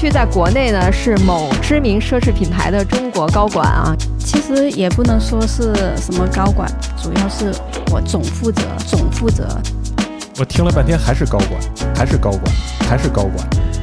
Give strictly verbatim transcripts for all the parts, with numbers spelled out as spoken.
去在国内呢是某知名奢侈品牌的中国高管啊。 其实也不能说是什么高管，主要是我总负责总负责。 我听了半天还是高管，还是高管，还是高管。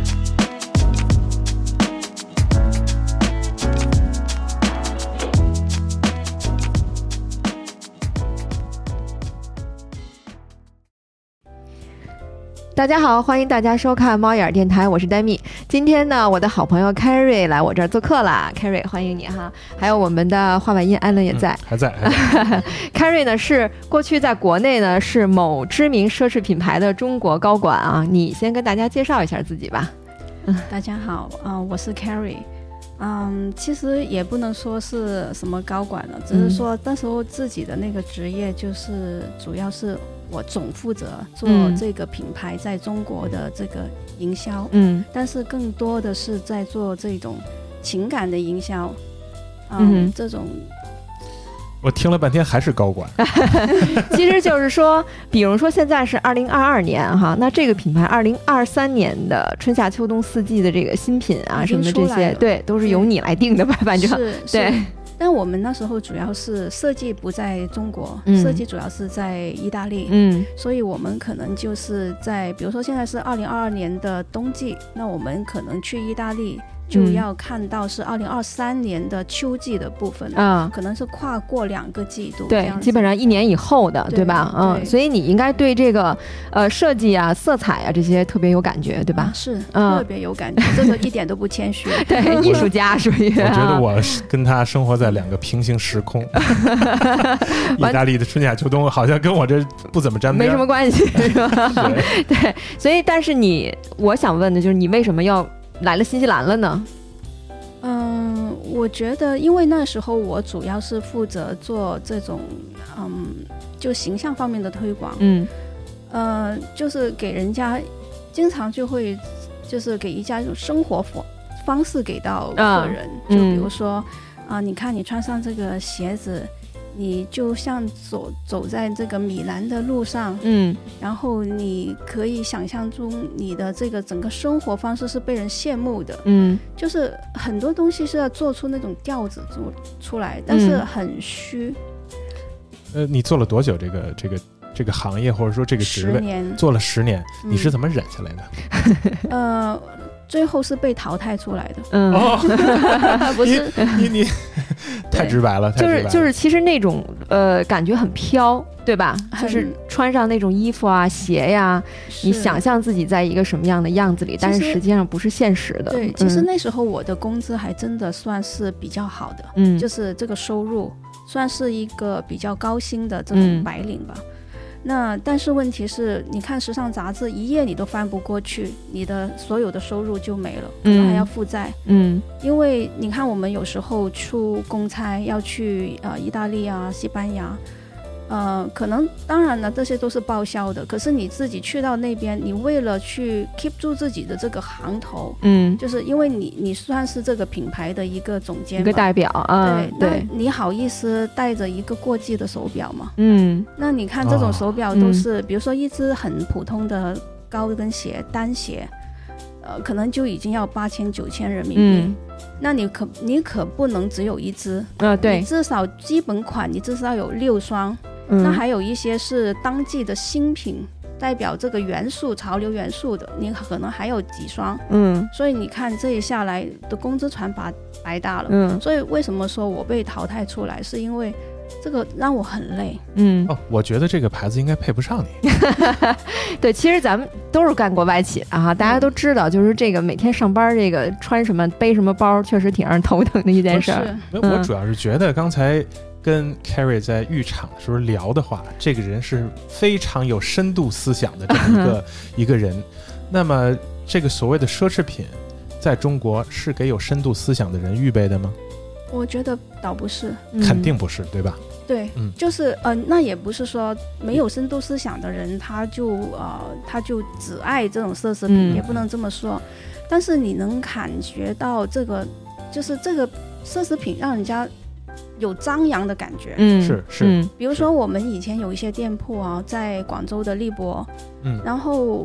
大家好，欢迎大家收看猫眼电台，我是戴蜜。今天呢，我的好朋友 Carrie 来我这儿做客啦 ，Carrie 欢迎你哈。还有我们的画板音 Allen 也在， 嗯、还在。还在 Carrie 呢是过去在国内呢是某知名奢侈品牌的中国高管啊，你先跟大家介绍一下自己吧。 大家好，嗯、呃，我是 Carrie。嗯，其实也不能说是什么高管了，只是说那时候自己的那个职业就是主要是我总负责做这个品牌在中国的这个营销，嗯，但是更多的是在做这种情感的营销，嗯，嗯这种。 我听了半天还是高管其实就是说比如说现在是二零二二年哈，那这个品牌二零二三年的春夏秋冬四季的这个新品啊什么的这些，对，都是由你来定的吧？反正是对。 但我们那时候主要是设计不在中国，嗯、设计主要是在意大利，嗯，所以我们可能就是在，比如说现在是二零二二年的冬季，那我们可能去意大利就要看到是二零二三年的秋季的部分啊、嗯，可能是跨过两个季度， 对，基本上一年以后的， 对, 对吧？嗯，所以你应该对这个呃设计啊、色彩啊这些特别有感觉，对吧？啊、 是、嗯，特别有感觉，这个一点都不谦虚。 对，艺术家属于。 我觉得我跟他生活在两个平行时空。意大利的春夏秋冬好像跟我这不怎么沾边， 没什么关系，是吧？对, 对，所以但是你，我想问的就是你为什么要来了新西兰了呢？ 嗯，我觉得因为那时候我主要是负责做这种嗯，就形象方面的推广，嗯，呃，就是给人家经常就会就是给一家一种生活方式给到客人，嗯、就比如说啊、嗯呃，你看你穿上这个鞋子，你就像走走在这个米兰的路上，嗯，然后你可以想象中你的这个整个生活方式是被人羡慕的，嗯，就是很多东西是要做出那种调子出来，但是很虚。 呃，你做了多久这个这个这个行业或者说这个职位？ 十年， 做了十年，嗯、你是怎么忍下来的？ 呃。最后是被淘汰出来的，嗯，哦、不是你你, 你太直白了， 就是就是其实那种呃感觉很飘，对吧？就是穿上那种衣服啊、鞋呀，你想象自己在一个什么样的样子里，但是实际上不是现实的。 对，其实那时候我的工资还真的算是比较好的，嗯，就是这个收入算是一个比较高薪的这种白领吧。嗯，那但是问题是你看时尚杂志一页你都翻不过去，你的所有的收入就没了，可能还要负债，嗯，因为你看我们有时候出公差要去呃意大利啊、西班牙，呃，可能当然了这些都是报销的，可是你自己去到那边，你为了去 keep 住自己的这个行头，嗯，就是因为你你算是这个品牌的一个总监， 一个代表啊， 对对，你好意思带着一个过季的手表吗？嗯，那你看这种手表都是，哦、比如说一只很普通的高跟鞋单鞋，呃，可能就已经要八千九千人民币。嗯，那你可你可不能只有一只啊，对，你至少基本款你至少有六双。嗯、那还有一些是当季的新品，代表这个元素潮流元素的，你可能还有几双，嗯，所以你看这一下来的工资船把白搭了，嗯，所以为什么说我被淘汰出来，是因为这个让我很累， 嗯，哦，我觉得这个牌子应该配不上你。 对，其实咱们都是干过外企的哈，大家都知道，就是这个每天上班这个穿什么背什么包，确实挺让人头疼的一件事。 我, 我主要是觉得刚才跟 Carrie 在浴场的时候聊的话，这个人是非常有深度思想的这么一个一个人。那么这个所谓的奢侈品在中国是给有深度思想的人预备的吗？ 我觉得倒不是， 肯定不是，对吧？ 对，嗯，就是呃，那也不是说没有深度思想的人他就呃他就只爱这种奢侈品，嗯，也不能这么说。但是你能感觉到这个，就是这个奢侈品让人家有张扬的感觉， 嗯，是是、嗯。 比如说我们以前有一些店铺啊，在广州的荔博，嗯，然后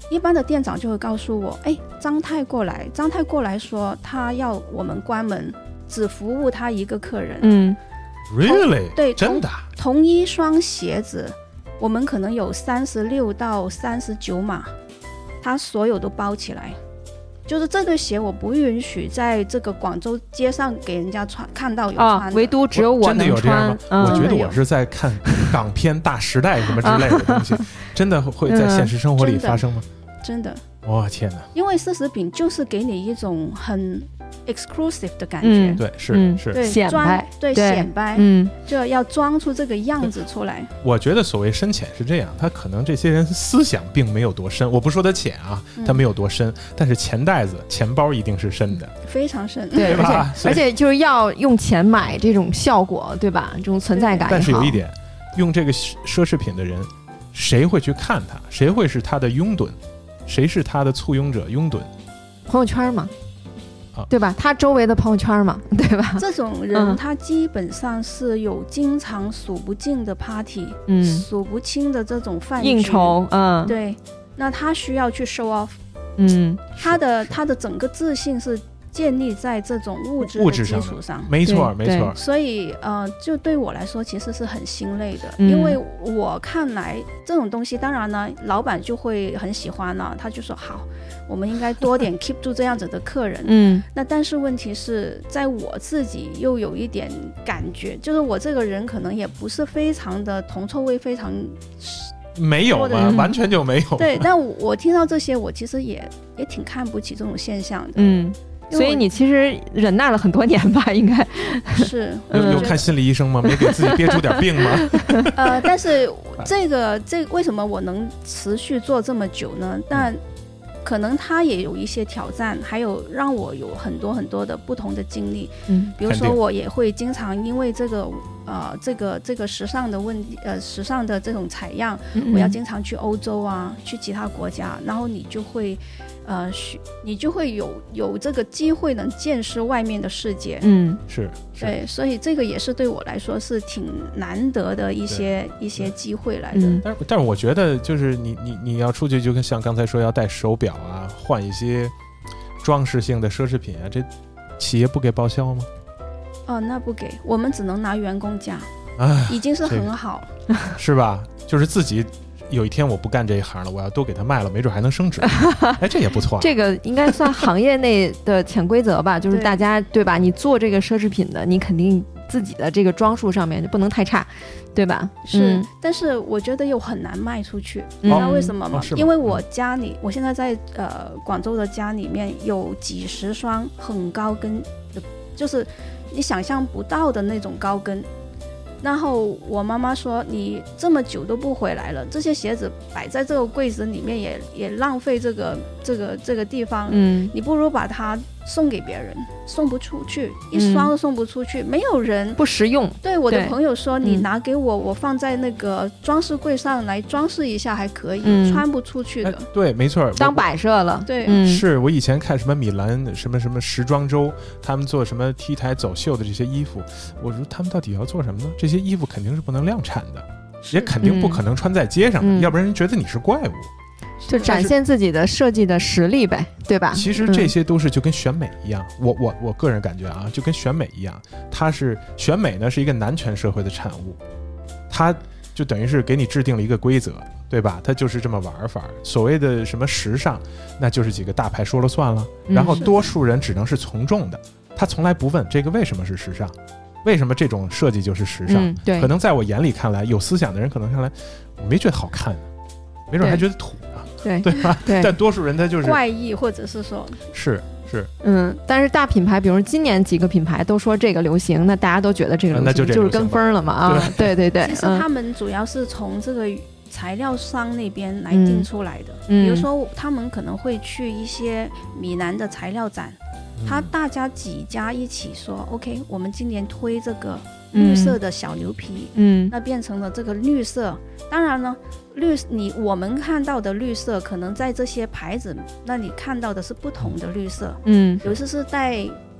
一般的店长就会告诉我，哎，张太过来，张太过来说他要我们关门，只服务他一个客人。 嗯 ，Really？ 对， 真的。 同一双鞋子，我们可能有三十六到三十九码，他所有都包起来。就是这对鞋我不允许在这个广州街上给人家穿看到有穿的、 哦、唯独只有我能穿。 真的有这样吗、 嗯、 我觉得我是在看港片大时代什么之类的东西真的会在现实生活里发生吗？ 真的， 哇、哦、天哪， 因为奢侈品就是给你一种很 exclusive 的感觉、 嗯、 对是、 嗯、 是对显摆， 对显摆， 嗯， 就要装出这个样子出来。 我觉得所谓深浅是这样，他可能这些人思想并没有多深，我不说他浅啊，他没有多深、嗯、但是钱袋子钱包一定是深的， 非常深， 对吧？而且而且就是要用钱买这种效果，对吧？这种存在感。 但是有一点，用这个奢侈品的人谁会去看他，谁会是他的拥趸，谁是他的簇拥者拥趸？ 朋友圈嘛，对吧？他周围的朋友圈嘛，对吧？ 这种人、嗯、他基本上是有经常数不尽的 party， 嗯， 数不清的这种饭局应酬，嗯， 对，那他需要去 show off， 嗯， 他的他的整个自信是建立在这种物质的基础上， 没错没错。 所以呃，就对我来说其实是很心累的、 嗯、 因为我看来这种东西，当然呢，老板就会很喜欢了，他就说好，我们应该多点 keep 住这样子的客人。 嗯， 那但是问题是在我自己又有一点感觉，就是我这个人可能也不是非常的铜臭味非常没有吧，完全就没有。 对，但我听到这些，我其实也也挺看不起这种现象的。 嗯。所以你其实忍耐了很多年吧，应该是有有看心理医生吗？没给自己憋出点病吗？ 呃，但是这个这为什么我能持续做这么久呢？但可能它也有一些挑战，还有让我有很多很多的不同的经历。 嗯， 比如说我也会经常因为这个呃这个这个时尚的问题，呃时尚的这种采样， 嗯、 我要经常去欧洲啊，去其他国家，然后你就会。呃，你就会有有这个机会能见识外面的世界。 嗯， 是，是对，所以这个也是对我来说是挺难得的一些一些机会来的。 嗯、 但是但是我觉得就是你你你要出去，就跟像刚才说要戴手表啊，换一些装饰性的奢侈品啊，这企业不给报销吗？ 哦，那不给，我们只能拿员工价， 啊， 已经是很好， 这个、是吧？就是自己。有一天我不干这一行了，我要都给他卖了，没准还能升值。哎，这也不错、啊。 这个应该算行业内的潜规则吧，就是大家 对, 对吧？你做这个奢侈品的，你肯定自己的这个装束上面就不能太差，对吧？ 是， 嗯、 但是我觉得又很难卖出去， 嗯、 你知道为什么吗？ 哦哦、 因为我家里，我现在在呃广州的家里面有几十双很高跟的，就是你想象不到的那种高跟。然后我妈妈说你这么久都不回来了，这些鞋子摆在这个柜子里面也也浪费这个这个这个地方， 嗯， 你不如把它送给别人，送不出去，一双都送不出去、嗯、没有人， 不实用。 对，我的朋友说你嗯、 拿给我，我放在那个装饰柜上来装饰一下还可以、 嗯、 穿不出去的、 哎、对，没错， 当摆设了。 对、 嗯、 是我以前看什么米兰什么什么时装周，他们做什么 T 台走秀的这些衣服，我说他们到底要做什么呢？这些衣服肯定是不能量产的，也肯定不可能穿在街上的、 嗯、 要不然人觉得你是怪物， 就展现自己的设计的实力呗，对吧？ 其实这些都是就跟选美一样、嗯、我我我个人感觉啊，就跟选美一样，它是选美呢是一个男权社会的产物，它就等于是给你制定了一个规则，对吧？它就是这么玩法。所谓的什么时尚，那就是几个大牌说了算了，然后多数人只能是从众的，他从来不问这个为什么是时尚，为什么这种设计就是时尚、 嗯、对， 可能在我眼里看来，有思想的人可能看来我没觉得好看，没准还觉得土呢， 对对吧？ 对， 但多数人他就是怪异，或者是说是是嗯，但是大品牌，比如今年几个品牌都说这个流行，那大家都觉得这个流行、 啊、就, 就是跟风了嘛啊，对对对。 其实他们主要是从这个材料商那边来定出来的、嗯、比如说他们可能会去一些米兰的材料展，他大家几家一起说、嗯、OK 我们今年推这个绿色的小牛皮， 嗯， 那变成了这个绿色。当然呢，绿你我们看到的绿色，可能在这些牌子那你看到的是不同的绿色， 嗯， 有些是带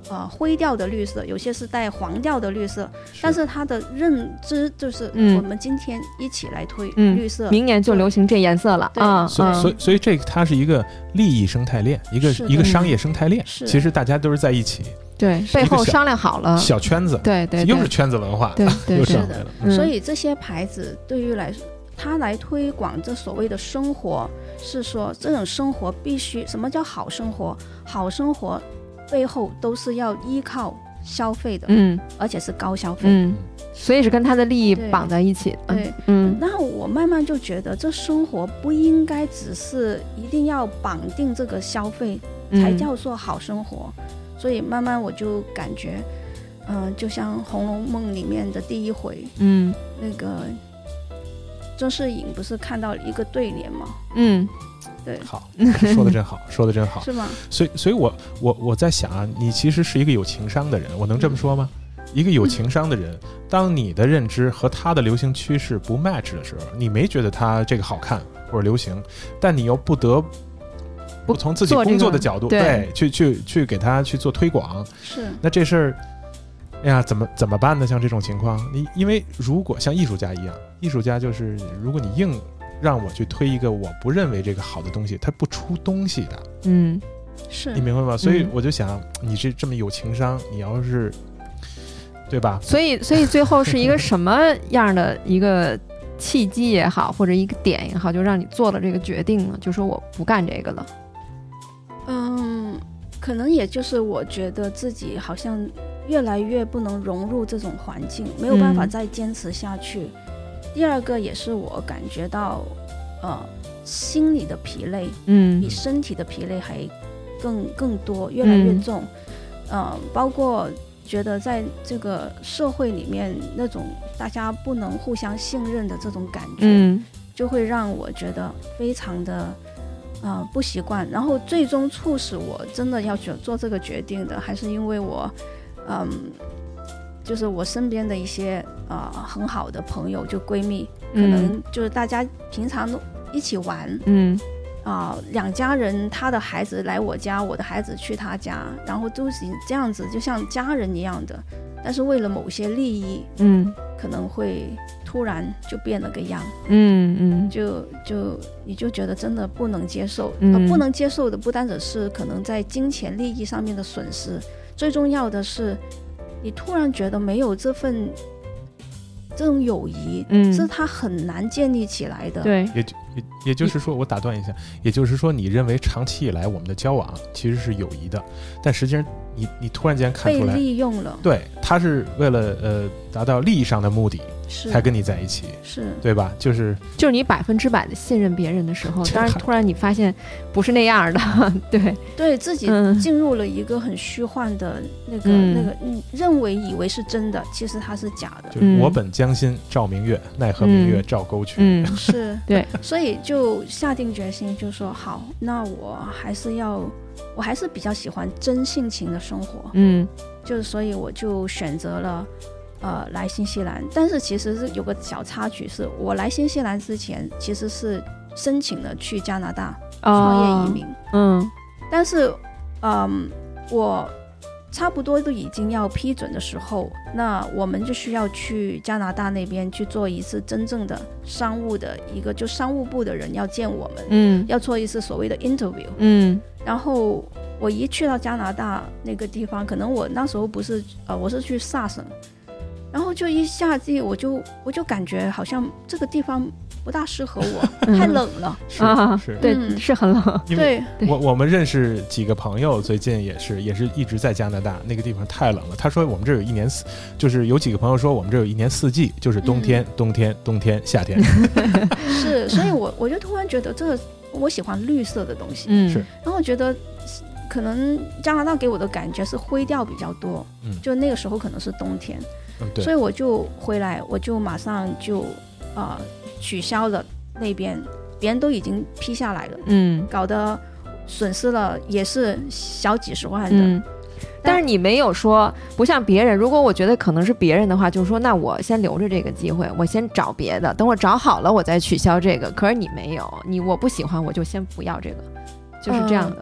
呃灰调的绿色，有些是带黄调的绿色，但是它的认知就是我们今天一起来推绿色， 嗯、明年就流行这颜色了啊。 所以所以所以这个它是一个利益生态链，一个一个商业生态链，其实大家都是在一起。 对，背后商量好了小圈子， 对 对, 对， 又是圈子文化， 对对又上来了。 嗯、所以这些牌子对于来说，它来推广这所谓的生活，是说这种生活必须什么叫好生活？好生活背后都是要依靠消费的，嗯，而且是高消费， 嗯，所以是跟它的利益绑在一起的。 对，嗯，那我慢慢就觉得，这生活不应该只是一定要绑定这个消费才叫做好生活。嗯，所以慢慢我就感觉，嗯、呃，就像《红楼梦》里面的第一回，嗯，那个甄士隐不是看到一个对联吗？嗯，对， 好，说的真好，说的真好， 是吗？ 所以，所以我我我在想啊，你其实是一个有情商的人，我能这么说吗？嗯、一个有情商的人，当你的认知和他的流行趋势不 match 的时候，你没觉得他这个好看或者流行，但你又不得。不从自己工作的角度， 这个、 对，去去去给他去做推广， 是。 那这事儿，哎呀，怎么怎么办呢？像这种情况，你因为如果像艺术家一样，艺术家就是如果你硬让我去推一个我不认为这个好的东西，它不出东西的， 嗯，是你明白吗？所以我就想，嗯、你这这么有情商，你要是对吧？ 所以所以最后是一个什么样的一个契机也好，或者一个点也好，就让你做了这个决定了，就说我不干这个了。 嗯，可能也就是我觉得自己好像越来越不能融入这种环境，没有办法再坚持下去。嗯、第二个也是我感觉到，呃，心理的疲累，嗯，比身体的疲累还更更多，越来越重。嗯、呃，包括觉得在这个社会里面，那种大家不能互相信任的这种感觉，嗯，就会让我觉得非常的。呃、不习惯，然后最终促使我真的要做这个决定的，还是因为我，嗯，就是我身边的一些呃很好的朋友，就闺蜜，可能就是大家平常都一起玩，嗯，啊、呃，两家人，他的孩子来我家，我的孩子去他家，然后都是这样子，就像家人一样的，但是为了某些利益，嗯，可能会。突然就变了个样，嗯嗯，就就你就觉得真的不能接受，嗯、呃，不能接受的不单只是可能在金钱利益上面的损失，最重要的是，你突然觉得没有这份这种友谊，嗯，是它很难建立起来的。 对， 也也也就是说，我打断一下，也就是说，你认为长期以来我们的交往其实是友谊的，但实际上你你突然间看出来被利用了， 对，他是为了呃达到利益上的目的。才跟你在一起， 是对吧？就是就是你百分之百的信任别人的时候，当然突然你发现不是那样的，对对，自己进入了一个很虚幻的那个、嗯、那个，嗯，认为以为是真的，其实它是假的。 就是我本将心照明月，嗯、奈何明月照沟渠。 嗯，是对，所以就下定决心，就说好，那我还是要，我还是比较喜欢真性情的生活。嗯，就是所以我就选择了。呃，来新西兰，但是其实是有个小插曲，是我来新西兰之前，其实是申请了去加拿大创业移民，哦、嗯，但是，嗯，我差不多都已经要批准的时候，那我们就需要去加拿大那边去做一次真正的商务的一个，就商务部的人要见我们，嗯，要做一次所谓的 interview，嗯，然后我一去到加拿大那个地方，可能我那时候不是，呃，我是去萨省。然后就一下子我就我就感觉好像这个地方不大适合我，嗯、太冷了。 是啊， 是， 对，嗯、是很冷。 对， 我我们认识几个朋友，最近也是也是一直在加拿大，那个地方太冷了。他说我们这有一年四，就是有几个朋友说我们这有一年四季，就是冬天、嗯、冬天、冬天、夏天。 是，所以我我就突然觉得这个我喜欢绿色的东西， 嗯，是。 然后我觉得可能加拿大给我的感觉是灰调比较多，嗯，就那个时候可能是冬天。 嗯、 所以我就回来，我就马上就呃取消了那边，别人都已经批下来了，嗯，搞得损失了也是小几十万的。嗯、 但是你没有说不像别人，如果我觉得可能是别人的话，就是说那我先留着这个机会，我先找别的，等我找好了我再取消这个。可是你没有，你我不喜欢我就先不要这个，就是这样的。 呃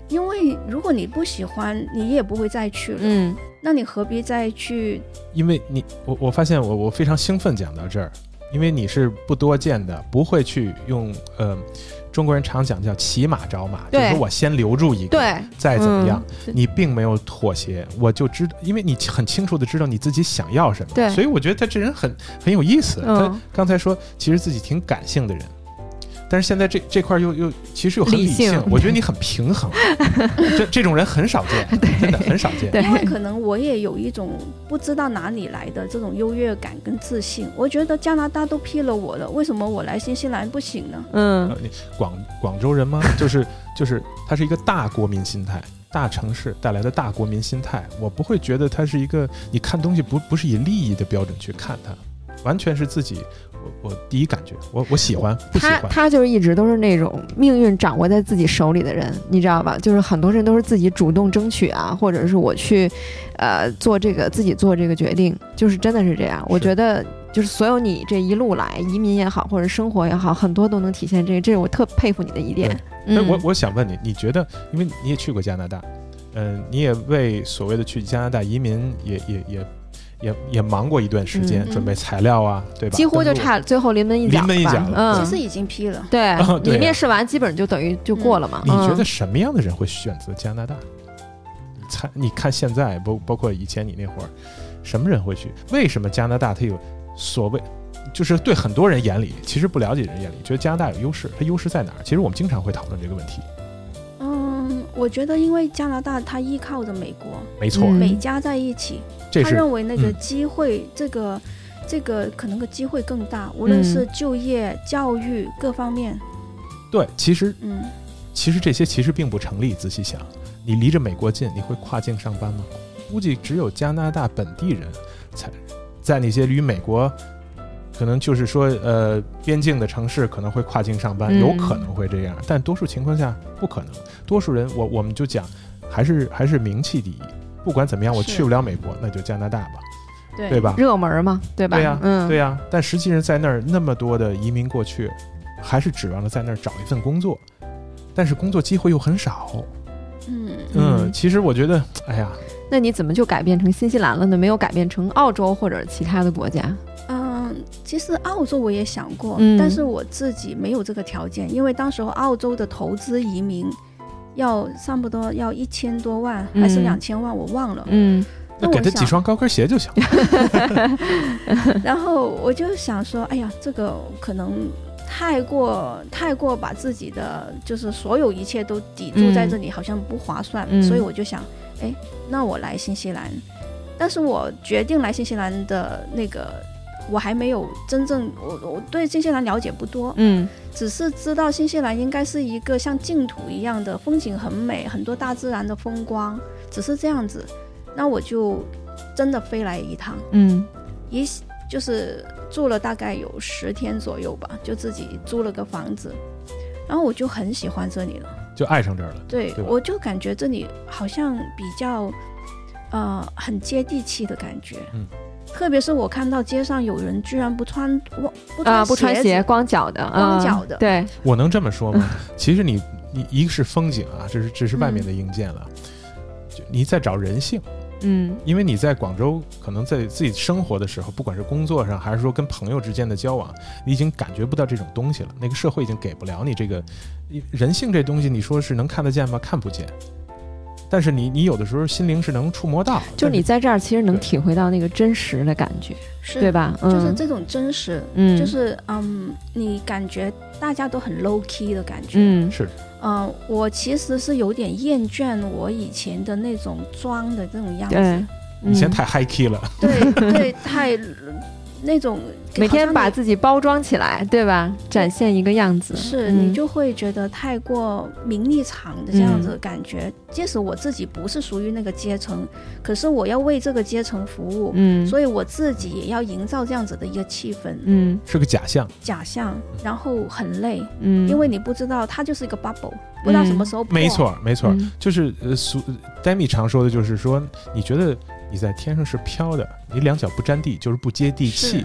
因为如果你不喜欢，你也不会再去了。嗯，那你何必再去？ 因为你，我我发现我我非常兴奋讲到这儿，因为你是不多见的，不会去用呃。中国人常讲叫骑马找马，就是说我先留住一个， 对， 再怎么样、嗯、你并没有妥协，我就知道，因为你很清楚的知道你自己想要什么， 对， 所以我觉得他这人很很有意思、嗯、他刚才说其实自己挺感性的人，但是现在这这块又又其实又很理性，理性我觉得你很平衡这这种人很少见，真的很少见， 因为可能我也有一种不知道哪里来的这种优越感跟自信，我觉得加拿大都批了我了，为什么我来新西兰不行呢？ 嗯， 呃、广广州人吗？就是就是它是一个大国民心态，大城市带来的大国民心态，我不会觉得它是一个你看东西不不是以利益的标准去看它，完全是自己我我第一感觉，我我喜欢不喜欢。 他他就是一直都是那种命运掌握在自己手里的人，你知道吧？就是很多人都是自己主动争取啊，或者是我去，呃，做这个自己做这个决定，就是真的是这样。我觉得就是所有你这一路来，移民也好，或者生活也好，很多都能体现这个，这是我特佩服你的一点。 嗯，我我想问你，你觉得，因为你也去过加拿大，嗯、呃，你也为所谓的去加拿大移民也也也。也也忙过一段时间、嗯、准备材料啊，对吧？ 几乎就差最后临门一脚， 临门一脚了。 嗯，其实已经批了。 对， 哦、对你面试完基本就等于就过了嘛。 嗯、你觉得什么样的人会选择加拿大？你猜，你看现在，包包括以前你那会儿，什么人会去？为什么加拿大它有所谓？就是对很多人眼里，其实不了解人眼里，觉得加拿大有优势，它优势在哪儿？其实我们经常会讨论这个问题。 嗯，我觉得因为加拿大它依靠着美国， 没错， 美加在一起。他认为那个机会、嗯、这个这个可能个机会更大，无论是就业、嗯、教育各方面。 对，其实嗯，其实这些其实并不成立。仔细想，你离着美国近，你会跨境上班吗？估计只有加拿大本地人才在那些与美国可能就是说呃边境的城市可能会跨境上班、嗯、有可能会这样，但多数情况下不可能。多数人我我们就讲还是还是名气第一，不管怎么样我去不了美国那就加拿大吧， 对, 对吧？ 热门嘛，对吧？ 对呀、啊嗯、 对呀、啊、但实际上在那儿那么多的移民过去还是指望着在那儿找一份工作，但是工作机会又很少。嗯嗯，其实我觉得哎呀， 那你怎么就改变成新西兰了呢？没有改变成澳洲或者其他的国家？ 嗯，其实澳洲我也想过、嗯、但是我自己没有这个条件，因为当时候澳洲的投资移民要差不多要一千多万、嗯、还是两千万我忘了。嗯， 那给他几双高跟鞋就行了然后我就想说哎呀，这个可能太过太过把自己的就是所有一切都抵住在这里、嗯、好像不划算、嗯、所以我就想哎，那我来新西兰。但是我决定来新西兰的那个我还没有真正我我对新西兰了解不多，嗯，只是知道新西兰应该是一个像净土一样的，风景很美，很多大自然的风光，只是这样子。那我就真的飞来一趟，嗯，一就是住了大概有十天左右吧，就自己租了个房子，然后我就很喜欢这里了， 就爱上这儿了。 对，对我就感觉这里好像比较呃很接地气的感觉，嗯。特别是我看到街上有人居然不穿不穿鞋、呃、 不穿鞋光脚的光脚的、 呃、对， 我能这么说吗？其实你你一个是风景啊，这是这是外面的硬件了、嗯、就你在找人性。嗯，因为你在广州可能在自己生活的时候，不管是工作上还是说跟朋友之间的交往，你已经感觉不到这种东西了，那个社会已经给不了你这个人性这东西，你说是能看得见吗？看不见。但是你你有的时候心灵是能触摸到， 就你在这儿其实能体会到那个真实的感觉，对吧？ 嗯、就是这种真实，嗯，就是嗯，你感觉大家都很 low key 的感觉， 嗯，是， 嗯、呃，我其实是有点厌倦我以前的那种装的这种样子， 对， 以前太 high key 了， 对对，太那种每天把自己包装起来，对吧？展现一个样子， 是、嗯、你就会觉得太过名利场的这样子的感觉、嗯、即使我自己不是属于那个阶层，可是我要为这个阶层服务，嗯，所以我自己也要营造这样子的一个气氛， 嗯，是个假象假象，然后很累，嗯，因为你不知道它就是一个 bubble、嗯、不知道什么时候破， 没错没错、嗯、就是呃 Demi 常说的就是说，你觉得你在天上是飘的，你两脚不沾地就是不接地气，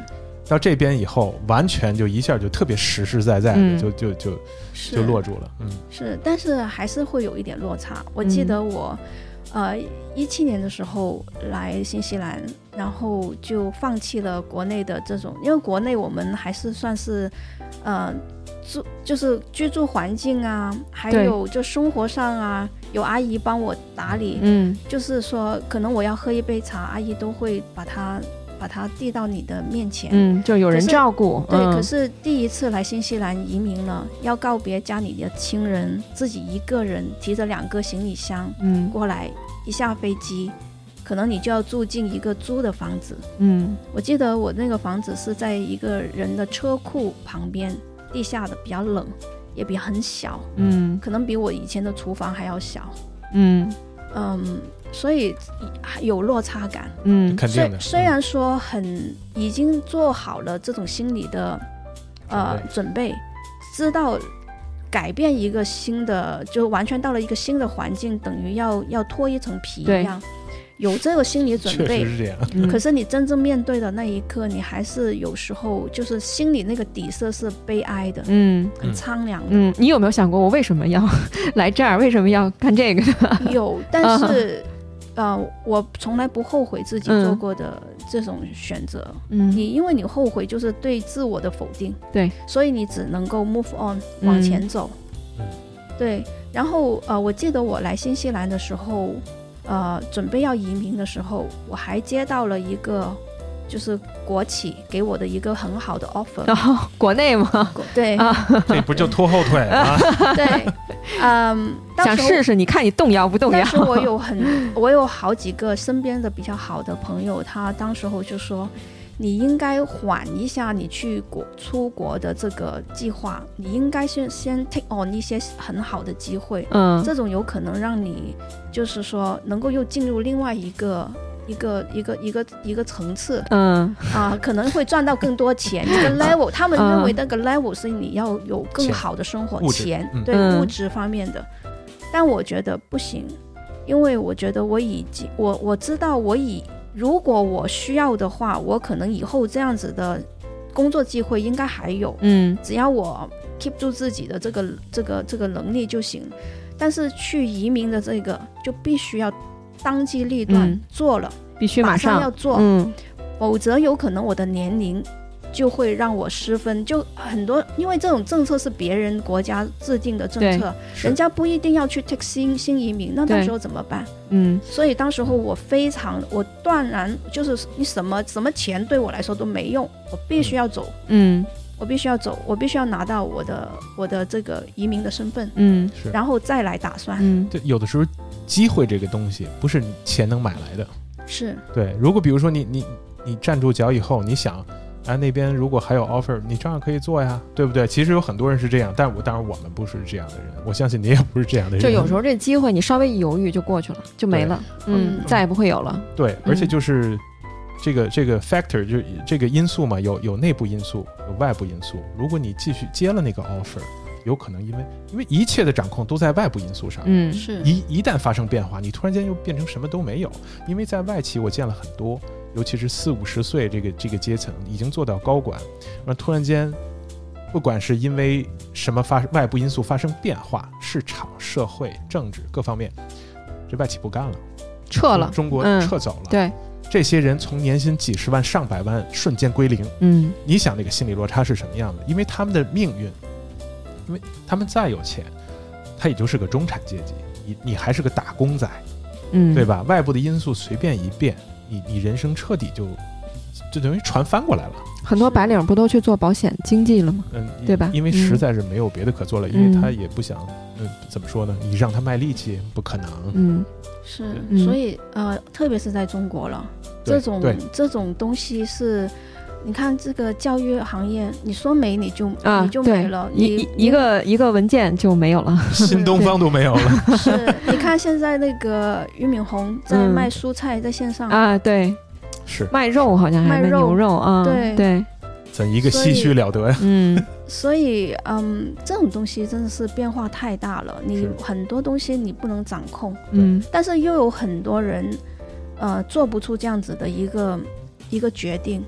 到这边以后完全就一下就特别实实在在的、嗯、就就就就落住了。嗯， 是，但是还是会有一点落差。我记得我、嗯、呃一七年的时候来新西兰，然后就放弃了国内的这种，因为国内我们还是算是呃住就是居住环境啊，还有就生活上啊，有阿姨帮我打理，嗯，就是说可能我要喝一杯茶，阿姨都会把它把它递到你的面前， 嗯，就有人照顾。 对、嗯，可是第一次来新西兰移民了，要告别家里的亲人，自己一个人提着两个行李箱，嗯，过来，一下飞机，可能你就要住进一个租的房子，嗯，我记得我那个房子是在一个人的车库旁边，地下的，比较冷，也比很小，嗯，可能比我以前的厨房还要小，嗯嗯。所以有落差感， 嗯，肯定的。 虽然说很已经做好了这种心理的呃准备，知道改变一个新的，就完全到了一个新的环境，等于要要脱一层皮一样，有这个心理准备， 确实是这样。 嗯、可是你真正面对的那一刻，你还是有时候就是心里那个底色是悲哀的，嗯，很苍凉的。 嗯，你有没有想过我为什么要来这儿？为什么要干这个呢？ 有，但是。呃，我从来不后悔自己做过的这种选择。嗯，你因为你后悔就是对自我的否定， 对， 所以你只能够 move on 往前走。嗯，对。然后呃，我记得我来新西兰的时候，呃，准备要移民的时候，我还接到了一个就是国企给我的一个很好的 offer。 哦，国内吗？ 对， 啊、 这不就拖后腿吗？ 对。嗯， 想试试，你看你动摇不动摇？ 但是我有很，我有好几个身边的比较好的朋友，他当时候就说，你应该缓一下你去国出国的这个计划，你应该先先 take on 一些很好的机会，嗯，这种有可能让你就是说能够又进入另外一个。一个一个一个一个层次，嗯啊，可能会赚到更多钱。一个 level， 他们认为那个 level 是你要有更好的生活，钱， 嗯、 对、嗯、物质方面的。但我觉得不行，因为我觉得我已经，我我知道我以如果我需要的话，我可能以后这样子的工作机会应该还有，嗯，只要我 keep 住自己的这个这个这个能力就行。但是去移民的这个就必须要。当机立断、嗯、做了， 必须马上要做，嗯，否则有可能我的年龄就会让我失分。就很多，因为这种政策是别人国家制定的政策，人家不一定要去 take 新新移民，那到时候怎么办？嗯，所以当时候我非常，我断然就是你什么什么钱对我来说都没用，我必须要走，嗯。我必须要走，我必须要拿到我的我的这个移民的身份，嗯，然后再来打算。 嗯，对，有的时候机会这个东西不是钱能买来的， 是对。如果比如说你你你站住脚以后，你想，啊那边如果还有 offer， 你照样可以做呀，对不对？其实有很多人是这样，但我当然我们不是这样的人，我相信你也不是这样的人。 就有时候这机会你稍微一犹豫就过去了，就没了，嗯，嗯再也不会有了。 对，而且就是。嗯这个这个 factor 就这个因素嘛，有有内部因素，有外部因素。如果你继续接了那个 offer， 有可能因为因为一切的掌控都在外部因素上， 嗯，是一一旦发生变化，你突然间又变成什么都没有。因为在外企我见了很多，尤其是四五十岁这个这个阶层已经做到高管，然后突然间，不管是因为什么发外部因素发生变化，市场、社会、政治各方面，这外企不干了， 撤了， 中国撤走了， 嗯、对。 这些人从年薪几十万上百万瞬间归零，嗯，你想那个心理落差是什么样的？因为他们的命运，因为他们再有钱，他也就是个中产阶级，你你还是个打工仔，嗯，对吧？外部的因素随便一变，你你人生彻底就就等于船翻过来了。 很多白领不都去做保险经纪了吗？嗯，对吧？ 因为实在是没有别的可做了，嗯、因为他也不想，嗯，怎么说呢？你让他卖力气不可能， 嗯。是，所以呃，特别是在中国了，这种这种东西是，你看这个教育行业，你说没你就、啊、你就没了， 一一个一个文件就没有了， 新东方都没有了。 是，你看现在那个俞敏洪在卖蔬菜，在线上、 嗯、啊，对， 是卖肉，好像还卖牛肉啊， 对对。 怎一个唏嘘了得呀！ 嗯，所以嗯，这种东西真的是变化太大了，你很多东西你不能掌控，嗯，但是又有很多人，呃，做不出这样子的一个一个决定，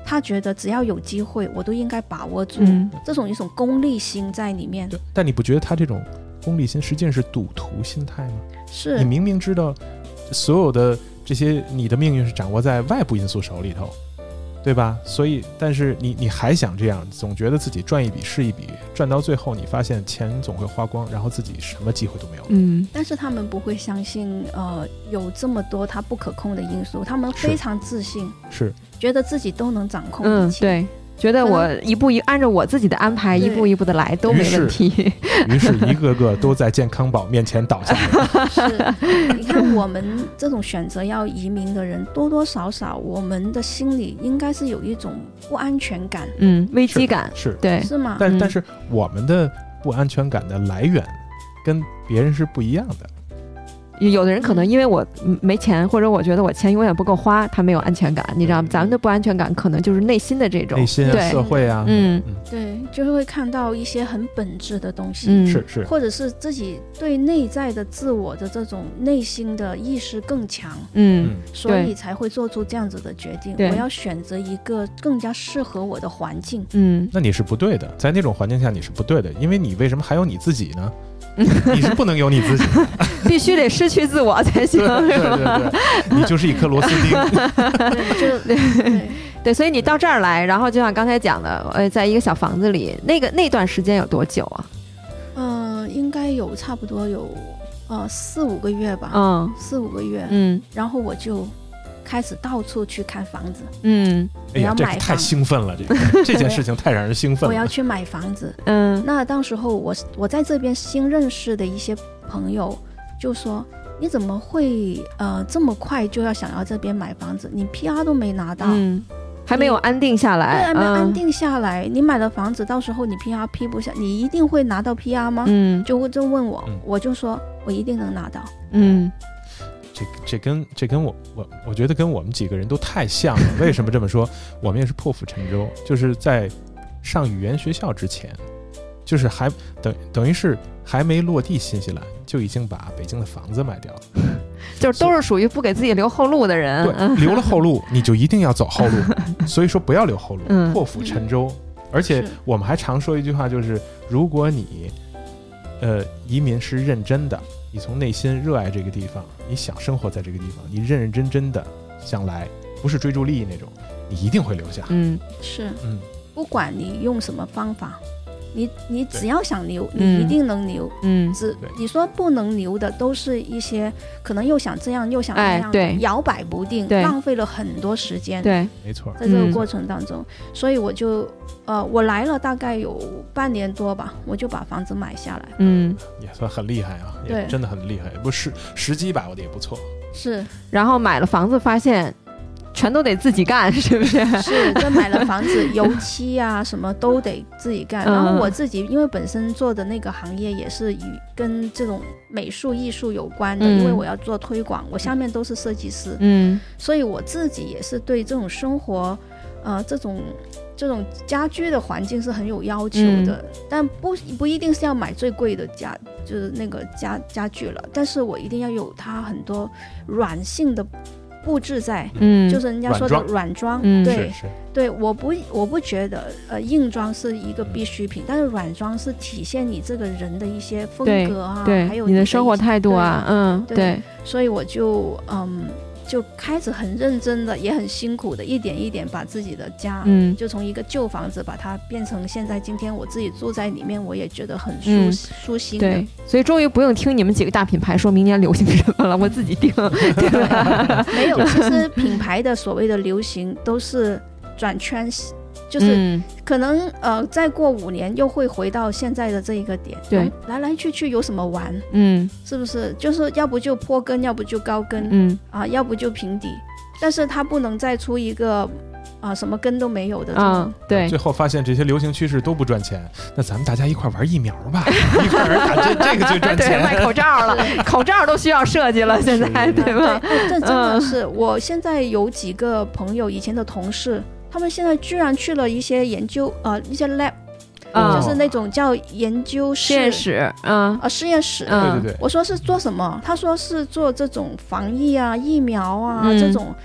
他觉得只要有机会我都应该把握住， 嗯， 这种一种功利心在里面。 但你不觉得他这种功利心实际上是赌徒心态吗？ 是你明明知道所有的这些你的命运是掌握在外部因素手里头，对吧？所以但是你你还想这样，总觉得自己赚一笔是一笔，赚到最后你发现钱总会花光，然后自己什么机会都没有。 嗯， 但是他们不会相信呃有这么多他不可控的因素，他们非常自信， 是觉得自己都能掌控嗯一切。 对，觉得我一步一按照我自己的安排一步一步的来都没问题。 于是一个个都在健康宝面前倒下了。 是，你看我们这种选择要移民的人，多多少少我们的心里应该是有一种不安全感， 嗯，危机感， 是，是对， 是吗？ 但但是我们的不安全感的来源跟别人是不一样的。 有的人可能因为我没钱，或者我觉得我钱永远不够花，他没有安全感，你知道吗？咱们的不安全感可能就是内心的这种内心啊，社会啊， 嗯， 对，就是会看到一些很本质的东西， 嗯， 是是， 或者是自己对内在的自我的这种内心的意识更强， 嗯， 所以才会做出这样子的决定。我要选择一个更加适合我的环境。 嗯， 那你是不对的，在那种环境下你是不对的，因为你为什么还有你自己呢？你是不能有你自己的， 必须得失去自我才行。 对对对对，你就是一颗螺丝钉。 对，对对对，所以你到这儿来，然后就像刚才讲的，呃，在一个小房子里，那个那段时间有多久啊？ 嗯、呃，应该有差不多有呃四五个月吧。 嗯， 四五个月。 嗯， 然后我就开始到处去看房子。 嗯， 哎呀，这太兴奋了，这个这件事情太让人兴奋了。 我要去买房子。 嗯， 那当时候我我在这边新认识的一些朋友就说，你怎么会呃这么快就要想要这边买房子？你 P R 都没拿到， 嗯，还没有安定下来， 对，还没安定下来。嗯、你买了房子，到时候你 P R 批不下，你一定会拿到 P R 吗？ 嗯， 就就问我， 嗯、 我就说我一定能拿到。 嗯。 这这跟这跟我我我觉得跟我们几个人都太像了。为什么这么说？我们也是破釜沉舟，就是在上语言学校之前，就是还等等于是还没落地新西兰，就已经把北京的房子卖掉了。 就是都是属于不给自己留后路的人。 对，留了后路，你就一定要走后路。所以说不要留后路， 嗯、 破釜沉舟。而且我们还常说一句话，就是如果你呃移民是认真的。你从内心热爱这个地方，你想生活在这个地方，你认认真真的想来，不是追逐利益那种，你一定会留下。 嗯，是， 嗯， 不管你用什么方法，你你只要想留，你一定能留。 嗯， 只你说不能留的，都是一些可能又想这样又想那样， 哎、对， 摇摆不定，浪费了很多时间。 对， 没错， 在这个过程当中，嗯、所以我就。呃，我来了大概有半年多吧，我就把房子买下来。 嗯， 也算很厉害啊， 对， 真的很厉害，不是时机把握的也不错。 是， 然后买了房子，发现全都得自己干，是不是？ 是，这买了房子，油漆啊什么都得自己干。然后我自己因为本身做的那个行业也是与跟这种美术艺术有关的， 嗯、 因为我要做推广，我下面都是设计师， 嗯， 所以我自己也是对这种生活，呃，这种。这种家居的环境是很有要求的，嗯、但不不一定是要买最贵的家，就是那个家家具了。但是我一定要有它很多软性的布置在， 嗯， 就是人家说的软装， 嗯、 对是是对，我不我不觉得呃硬装是一个必需品，嗯、但是软装是体现你这个人的一些风格啊， 对， 还有你的生活态度啊，嗯， 对， 对， 所以我就嗯。就开始很认真的，也很辛苦的，一点一点把自己的家， 嗯， 就从一个旧房子把它变成现在今天我自己住在里面，我也觉得很舒、 嗯、 舒心的。 对，所以终于不用听你们几个大品牌说明年流行什么了，我自己定，对吧？ 没有，其实品牌的所谓的流行都是转圈。就是可能、嗯、呃，再过五年又会回到现在的这一个点。 对， 来来去去有什么玩？ 嗯， 是不是？就是要不就坡跟，要不就高跟， 嗯啊，要不就平底。但是它不能再出一个啊什么跟都没有的这种。 嗯，对。 最后发现这些流行趋势都不赚钱，那咱们大家一块玩疫苗吧，一块儿打这这个最赚钱。 对，卖口罩了，口罩都需要设计了，现在对吧？ 对，这真的是、嗯、我现在有几个朋友，以前的同事。他们现在居然去了一些研究，呃，一些 lab，、嗯、就是那种叫研究室、 实验室，嗯， 呃，实验室， 嗯，对对对。 我说是做什么？他说是做这种防疫啊、疫苗啊、嗯、这种。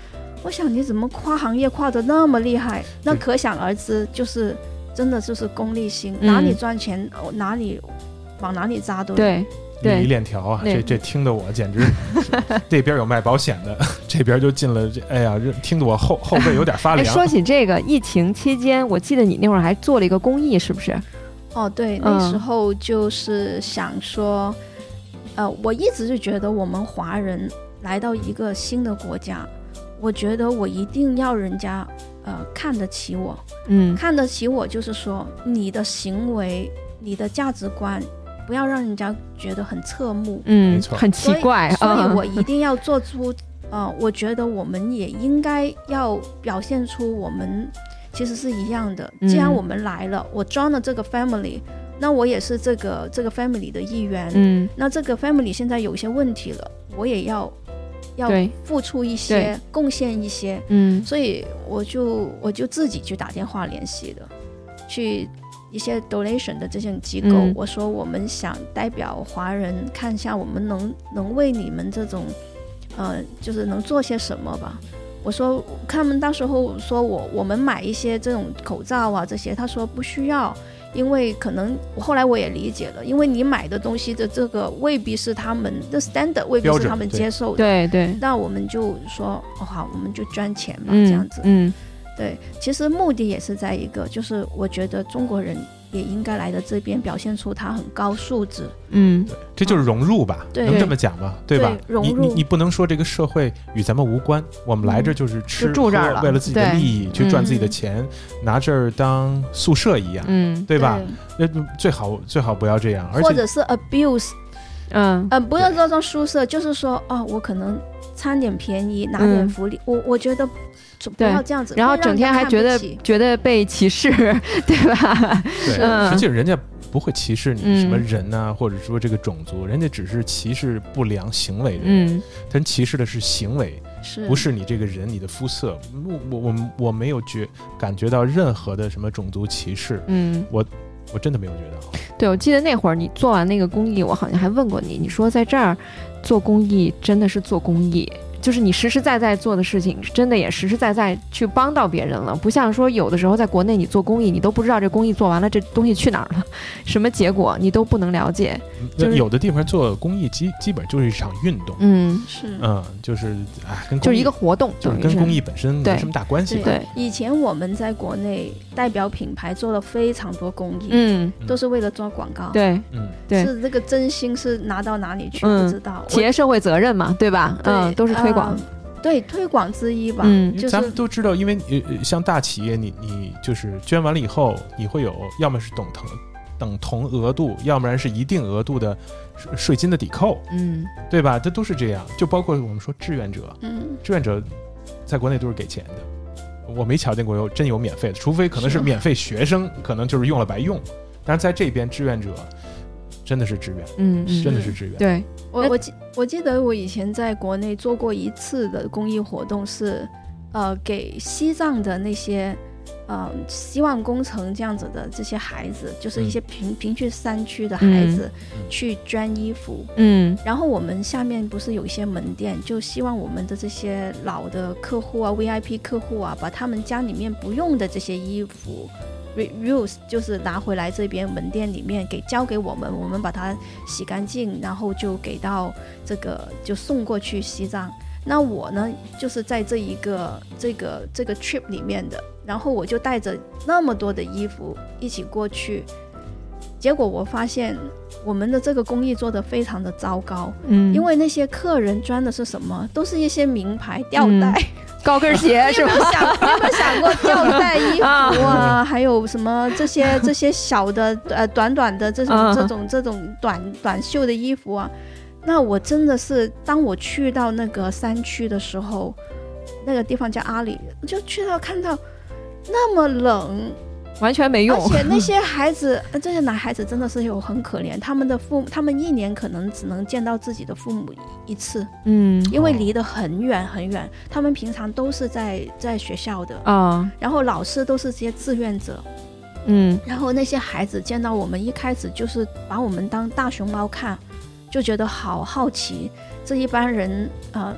我想你怎么跨行业跨得那么厉害？那可想而知，就是真的就是功利心，嗯、哪里赚钱哪里往哪里扎都对。对， 一链条啊，这这听得我简直，这边有卖保险的，这边就进了这，哎呀，这听得我后后背有点发凉。 说起这个，疫情期间，我记得你那会儿还做了一个公益，是不是？ 哦，对，那时候就是想说，嗯、呃，我一直就觉得我们华人来到一个新的国家，我觉得我一定要人家呃看得起我，嗯，看得起我就是说你的行为、你的价值观。不要让人家觉得很侧目， 嗯，很奇怪， 所以，所以我一定要做出，呃，我觉得我们也应该要表现出我们其实是一样的。既然我们来了，嗯、我 join 了这个 family， 那我也是这个这个 family 的一员，嗯，那这个 family 现在有一些问题了，我也要要付出一些，贡献一些，嗯，所以我就我就自己去打电话联系的，去。一些 donation 的这些机构、嗯、我说我们想代表华人看一下我们能能为你们这种呃就是能做些什么吧。我说他们到时候说我我们买一些这种口罩啊这些，他说不需要，因为可能后来我也理解了，因为你买的东西的这个未必是他们的 standard， 未必是他们接受的， 对对， 那我们就说、哦、好我们就捐钱吧、嗯、这样子，嗯，对，其实目的也是在一个，就是我觉得中国人也应该来到这边表现出他很高素质， 嗯，对，这就是融入吧、嗯、能这么讲吗？ 对, 对吧？ 对，融入， 你你你不能说这个社会与咱们无关，我们来这就是吃、 嗯、住这儿了， 为了自己的利益去赚自己的钱、嗯、拿这儿当宿舍一样，嗯，对吧？对，最好最好不要这样，而且或者是 abuse， 嗯呃，不要说当宿舍，就是说哦，我可能贪点便宜拿点福利、嗯、我我觉得不要这样子， 然后整天还觉得觉得被歧视，对吧？ 对、嗯，实际上人家不会歧视你什么人啊、嗯、或者说这个种族，人家只是歧视不良行为的人，他、嗯、歧视的是行为，是不是你这个人你的肤色。我我我没有觉感觉到任何的什么种族歧视，嗯，我我真的没有觉得。 对，我记得那会儿你做完那个公益，我好像还问过你，你说在这儿做公益真的是做公益，就是你实实在在做的事情，真的也实实在在去帮到别人了，不像说有的时候在国内你做公益，你都不知道这公益做完了这东西去哪儿了，什么结果你都不能了解。 就是、有的地方做公益基基本就是一场运动， 嗯， 是， 嗯，就是啊，跟就是一个活动， 就是跟公益本身没什么大关系。 对，以前我们在国内代表品牌做了非常多公益，嗯，都是为了做广告， 对， 嗯， 对， 是这个真心是拿到哪里去、嗯、不知道。 企业社会责任嘛，对吧？ 对嗯，都是推广。呃对，推广之一吧，嗯，就是咱们都知道，因为呃，像大企业，你你就是捐完了以后，你会有要么是等同等同额度，要不然是一定额度的税金的抵扣，嗯，对吧？这都是这样，就包括我们说志愿者，嗯，志愿者在国内都是给钱的，我没瞧见过有真有免费的，除非可能是免费学生，可能就是用了白用，但是在这边志愿者真的是志愿，嗯，真的是志愿， 对。 我我记我记得我以前在国内做过一次的公益活动是，呃，给西藏的那些，呃，希望工程这样子的这些孩子，就是一些贫贫区山区的孩子、嗯、去捐衣服，嗯，然后我们下面不是有一些门店，就希望我们的这些老的客户啊 V I P 客户啊，把他们家里面不用的这些衣服reuse 就是拿回来这边门店里面给交给我们，我们把它洗干净，然后就给到这个就送过去西藏。那我呢就是在这一个这个这个 trip 里面的，然后我就带着那么多的衣服一起过去，结果我发现我们的这个工艺做得非常的糟糕，嗯，因为那些客人穿的是什么，都是一些名牌吊带、嗯高跟鞋是吧？ 你有没有想你有没有想过吊带衣服啊？还有什么这些这些小的呃短短的这种、嗯、这种这种短短袖的衣服啊？那我真的是，当我去到那个山区的时候，那个地方叫阿里，就去到看到那么冷。 完全没用， 而且那些孩子这些男孩子真的是有很可怜，他们的父母他们一年可能只能见到自己的父母一次，嗯，因为离得很远很远，他们平常都是在在学校的啊，然后老师都是些志愿者，嗯，然后那些孩子见到我们一开始就是把我们当大熊猫看，就觉得好好奇，这一般人呃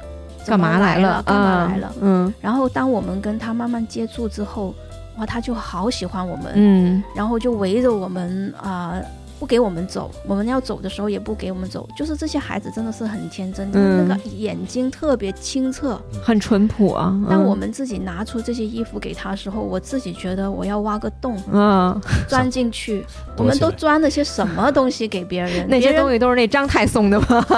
干嘛来了， 干嘛来了， 嗯， 然后当我们跟他慢慢接触之后，哇，他就好喜欢我们， 嗯， 然后就围着我们啊。呃不给我们走，我们要走的时候也不给我们走，就是这些孩子真的是很天真，嗯、那个眼睛特别清澈， 很淳朴啊。嗯、 当我们自己拿出这些衣服给他的时候，我自己觉得我要挖个洞， 嗯， 钻进去。我们都钻了些什么东西给别人？ 那些东西都是那张太送的吗？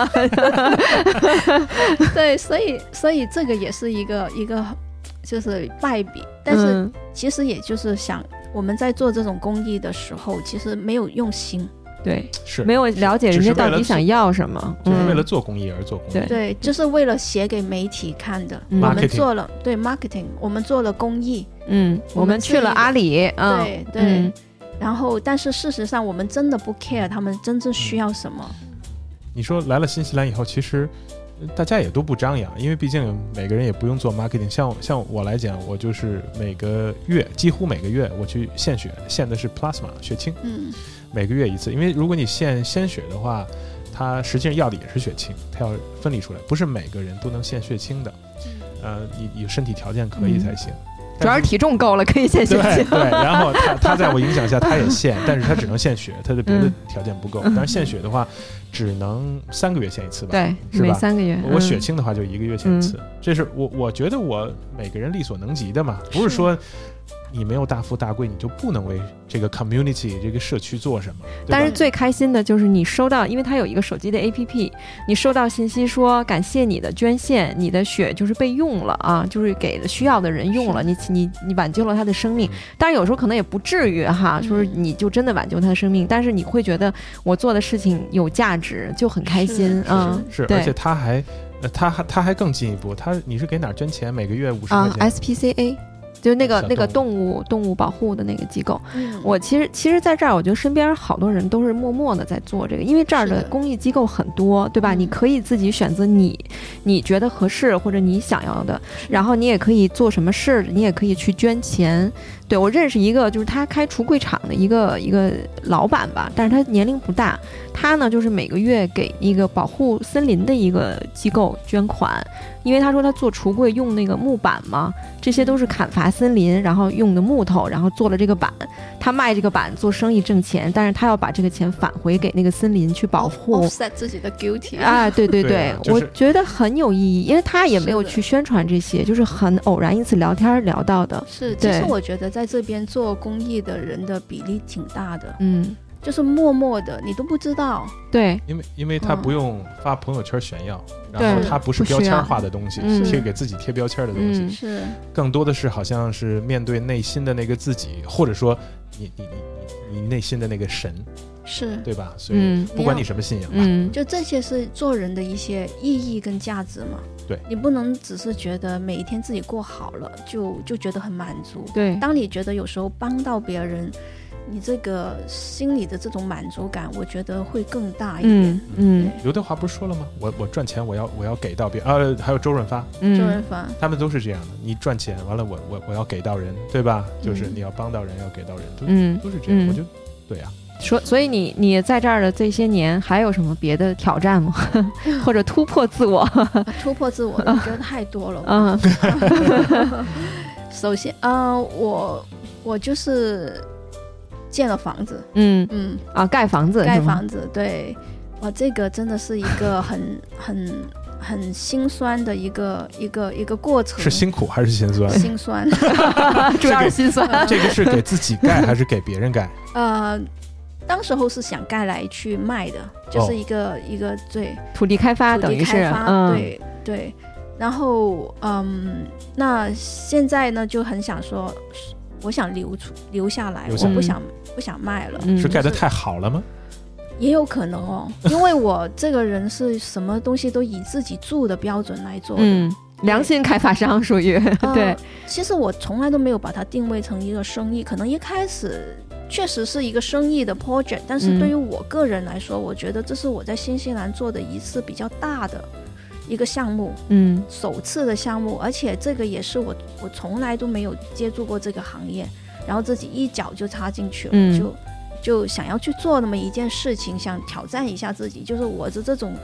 对，所以所以这个也是一个一个就是败笔，但是其实也就是想。我们在做这种公益的时候，其实没有用心， 对， 是没有了解人家到底想要什么， 只是为了做公益而做公益， 对，对，就是为了写给媒体看的。 嗯、 我们做了对 marketing， 我们做了公益， 嗯，我们去了阿里， 嗯、对对、嗯，然后但是事实上我们真的不 care 他们真正需要什么。 你说来了新西兰以后，其实。大家也都不张扬，因为毕竟每个人也不用做 marketing。像像我来讲，我就是每个月几乎每个月我去献血，献的是 plasma 血清， 嗯， 每个月一次。因为如果你献鲜血的话，它实际上要的也是血清，它要分离出来，不是每个人都能献血清的。呃，你你身体条件可以才行。嗯主要是体重够了可以献血清， 对对，然后他他在我影响下他也献，但是他只能献血，他的别的条件不够。嗯、但是献血的话，只能三个月献一次吧？ 对， 是吧？ 每三个月。 我血清的话就一个月献一次，嗯、这是我我觉得我每个人力所能及的嘛，不是说你没有大富大贵你就不能为这个 community 这个社区做什么。 但是最开心的就是你收到，因为它有一个手机的 A P P， 你收到信息说感谢你的捐献，你的血就是被用了啊，就是给了需要的人用了，你你你挽救了他的生命。当然有时候可能也不至于哈，就是你就真的挽救他的生命，但是你会觉得我做的事情有价值，就很开心啊。 是，而且他还他还他还更进一步，他你是给哪儿捐钱？每个月五十块钱、 啊、S P C A。就是那个那个动物动物保护的那个机构，嗯、我其实其实在这儿，我觉得身边好多人都是默默的在做这个，因为这儿的公益机构很多，对吧？你可以自己选择你你觉得合适或者你想要的，然后你也可以做什么事，你也可以去捐钱。对，我认识一个就是他开橱柜厂的一个一个老板吧，但是他年龄不大，他呢就是每个月给一个保护森林的一个机构捐款，因为他说他做橱柜用那个木板嘛，这些都是砍伐森林然后用的木头，然后做了这个板，他卖这个板做生意挣钱，但是他要把这个钱返回给那个森林去保护 offset 自己的 guilty 啊，对对 对, 对、啊就是、 我觉得很有意义，因为他也没有去宣传这些，就是很偶然一次聊天聊到的。 是，其实我觉得在这边做公益的人的比例挺大的， 嗯， 就是默默的你都不知道。 对， 因为因为他不用发朋友圈炫耀、嗯、然后他不是标签化的东西，贴给自己贴标签的东西、 嗯、 是更多的是好像是面对内心的那个自己，或者说你你你你内心的那个神， 是对吧？所以不管你什么信仰吧、 嗯、 就这些是做人的一些意义跟价值嘛。 对， 你不能只是觉得每一天自己过好了就就觉得很满足。 对， 当你觉得有时候帮到别人，你这个心里的这种满足感我觉得会更大一点。 嗯嗯， 刘德华不是说了吗？我我赚钱我要我要给到别人，呃，还有周润发， 嗯、周润发他们都是这样的。你赚钱完了我我我要给到人，对吧？就是你要帮到人，要给到人，都、 嗯、 都是这样。 嗯、 我觉得对呀、啊。 说，所以你你在这儿的这些年还有什么别的挑战吗？或者突破自我？ 突破自我，我觉得太多了。嗯，首先啊、呃，我我就是建了房子。 嗯嗯啊，盖房子， 盖房子，对，哇，这个真的是一个很很很心酸的一个一个一个过程。 是辛苦还是心酸？ 心酸， 主要是心酸。 这个是给自己盖还是给别人盖？ 呃。当时候是想盖来去卖的，就是一个、哦、一个对土地开发，等于是， 嗯、对对。然后嗯，那现在呢就很想说，我想留出留下来， 留下我不想、嗯、不想卖了。 嗯、是盖得太好了吗？ 也有可能哦，因为我这个人是什么东西都以自己住的标准来做的。 嗯，良心开发商属于、呃、对。 其实我从来都没有把它定位成一个生意，可能一开始确实是一个生意的 project， 但是对于我个人来说、嗯、我觉得这是我在新西兰做的一次比较大的一个项目， 嗯， 首次的项目，而且这个也是我我从来都没有接触过这个行业，然后自己一脚就插进去了，嗯、就就想要去做那么一件事情，想挑战一下自己，就是我的这种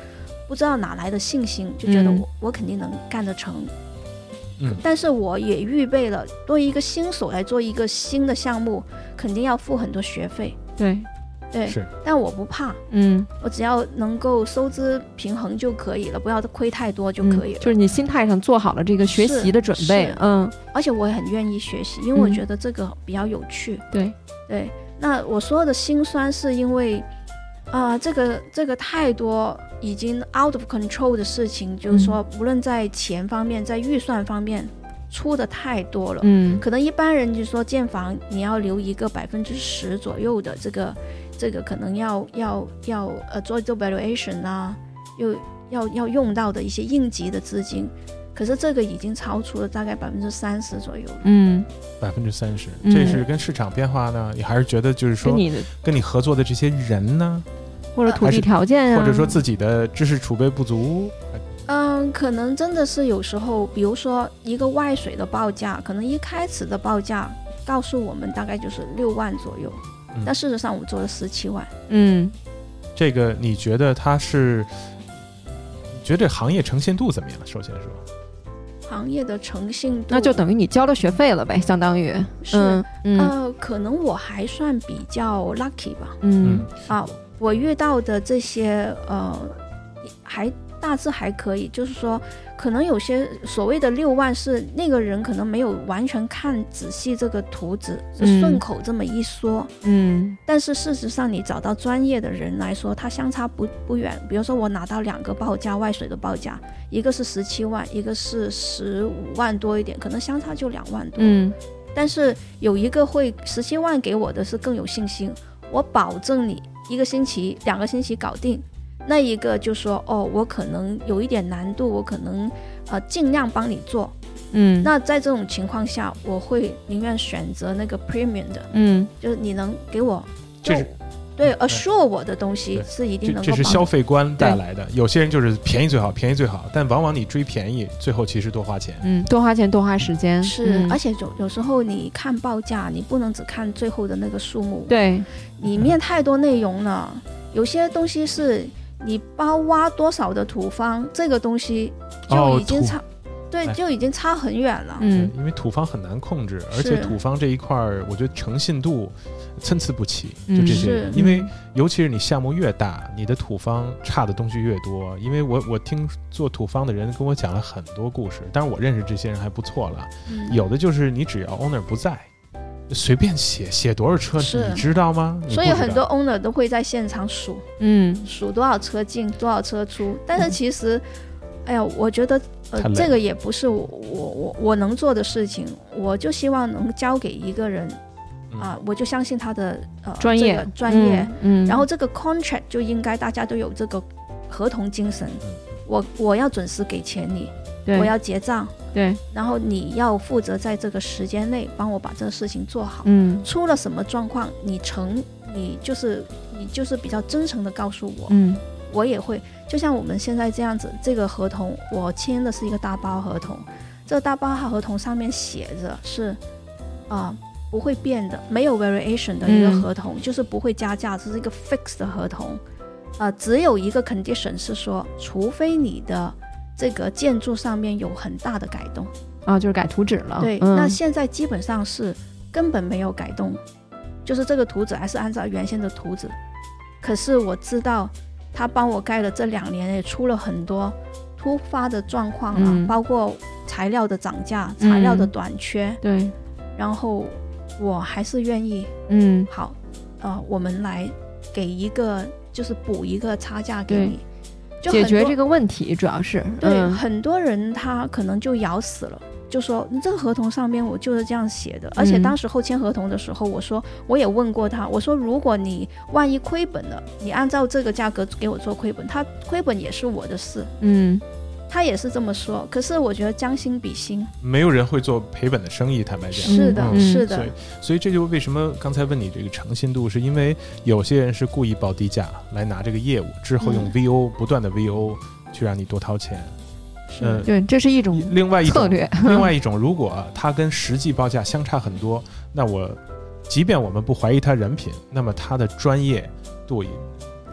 不知道哪来的信心，就觉得我、嗯、我肯定能干得成。 嗯， 但是我也预备了，作为一个新手来做一个新的项目，肯定要付很多学费。 对， 对， 是， 但我不怕， 嗯， 我只要能够收支平衡就可以了，不要亏太多就可以了。 嗯、就是你心态上做好了这个学习的准备，嗯， 而且我也很愿意学习，因为我觉得这个比较有趣。 嗯、对对，那我说的辛酸是因为。啊、呃，这个这个太多已经 out of control 的事情，就是说，无论在钱方面，在预算方面，出的太多了。 嗯， 可能一般人就说建房你要留一个百分之十左右的这个这个可能要要要呃做做 valuation 啊，又要要用到的一些应急的资金。可是这个已经超出了大概百分之三十左右了。 嗯， 百分之三十，这是跟市场变化呢？你还是觉得就是说，跟你的跟你合作的这些人呢， 或者土地条件啊， 或者说自己的知识储备不足？ 嗯，可能真的是有时候，比如说一个外水的报价，可能一开始的报价告诉我们大概就是六万左右，嗯、但事实上我们做了十七万。 嗯， 这个你觉得它是？你觉得这行业诚信度怎么样？首先说。 行业的诚信度， 那就等于你交了学费了呗，相当于是、 嗯嗯、 呃，可能我还算比较 lucky 吧。 嗯啊，我遇到的这些呃，还大致还可以，就是说，可能有些所谓的六万是那个人可能没有完全看仔细这个图纸，是顺口这么一说。 嗯， 但是事实上，你找到专业的人来说，它相差不不远。比如说，我拿到两个报价，外水的报价。一个是十七万，一个是十五万多一点，可能相差就两万多。 嗯， 但是有一个会十七万给我的是更有信心，我保证你一个星期、两个星期搞定。那一个就说哦，我可能有一点难度，我可能呃尽量帮你做。 嗯， 那在这种情况下，我会宁愿选择那个 premium 的。 嗯， 就是你能给我这是。 对 assure 我的东西是一定能够， 这是消费观带来的。有些人就是便宜最好，便宜最好，但往往你追便宜，最后其实多花钱。 嗯，多花钱多花时间是、 嗯、 而且有有时候你看报价，你不能只看最后的那个数目， 对， 里面太多内容了。有些东西是你包挖多少的土方，这个东西就已经差。哦对，就已经差很远了。 嗯，因为土方很难控制，而且土方这一块儿，我觉得诚信度参差不齐。就这些， 嗯、 因为尤其是你项目越大，你的土方差的东西越多。因为我我听做土方的人跟我讲了很多故事，当然我认识这些人还不错了。 嗯、 有的就是你只要 owner 不在，随便写写多少车，你知道吗？ 所以很多 owner 都会在现场数， 嗯， 数多少车进，多少车出。但是其实，嗯、哎呀，我觉得。呃，这个也不是我我我我能做的事情，我就希望能交给一个人，啊、呃，我就相信他的呃专业、 这个、专业， 嗯， 然后这个 contract 就应该大家都有这个合同精神，我我要准时给钱你，我要结账， 对， 然后你要负责在这个时间内帮我把这个事情做好， 嗯， 出了什么状况，你诚你就是你就是比较真诚的告诉我， 嗯。 我也会，就像我们现在这样子，这个合同我签的是一个大包合同，这个大包合同上面写着是，啊、呃，不会变的，没有 variation 的一个合同，嗯、就是不会加价，这是一个 fixed 的合同，啊、呃，只有一个 condition 是说，除非你的这个建筑上面有很大的改动， 啊，就是改图纸了。 对， 嗯、 那现在基本上是根本没有改动，就是这个图纸还是按照原先的图纸，可是我知道。他帮我盖了这两年，也出了很多突发的状况啊， 嗯、 包括材料的涨价、材料的短缺。 嗯、对， 然后我还是愿意， 嗯， 好，呃，我们来给一个，就是补一个差价给你，就解决这个问题，主要是对、 嗯、 很多人他可能就咬死了。就说你这个合同上面我就是这样写的，而且当时候签合同的时候，我说我也问过他，我说如果你万一亏本了，你按照这个价格给我做亏本，他亏本也是我的事， 嗯， 他也是这么说。可是我觉得将心比心， 没有人会做赔本的生意，坦白讲。 是的，嗯、是的。 所以，所以这就为什么刚才问你这个诚信度，是因为有些人是故意报低价来拿这个业务，之后用 V O、嗯、不断的 V O 去让你多掏钱。 嗯，对，这是一种另外一种策略。 另外一种，如果它跟实际报价相差很多，那我即便我们不怀疑他人品，那么他的专业度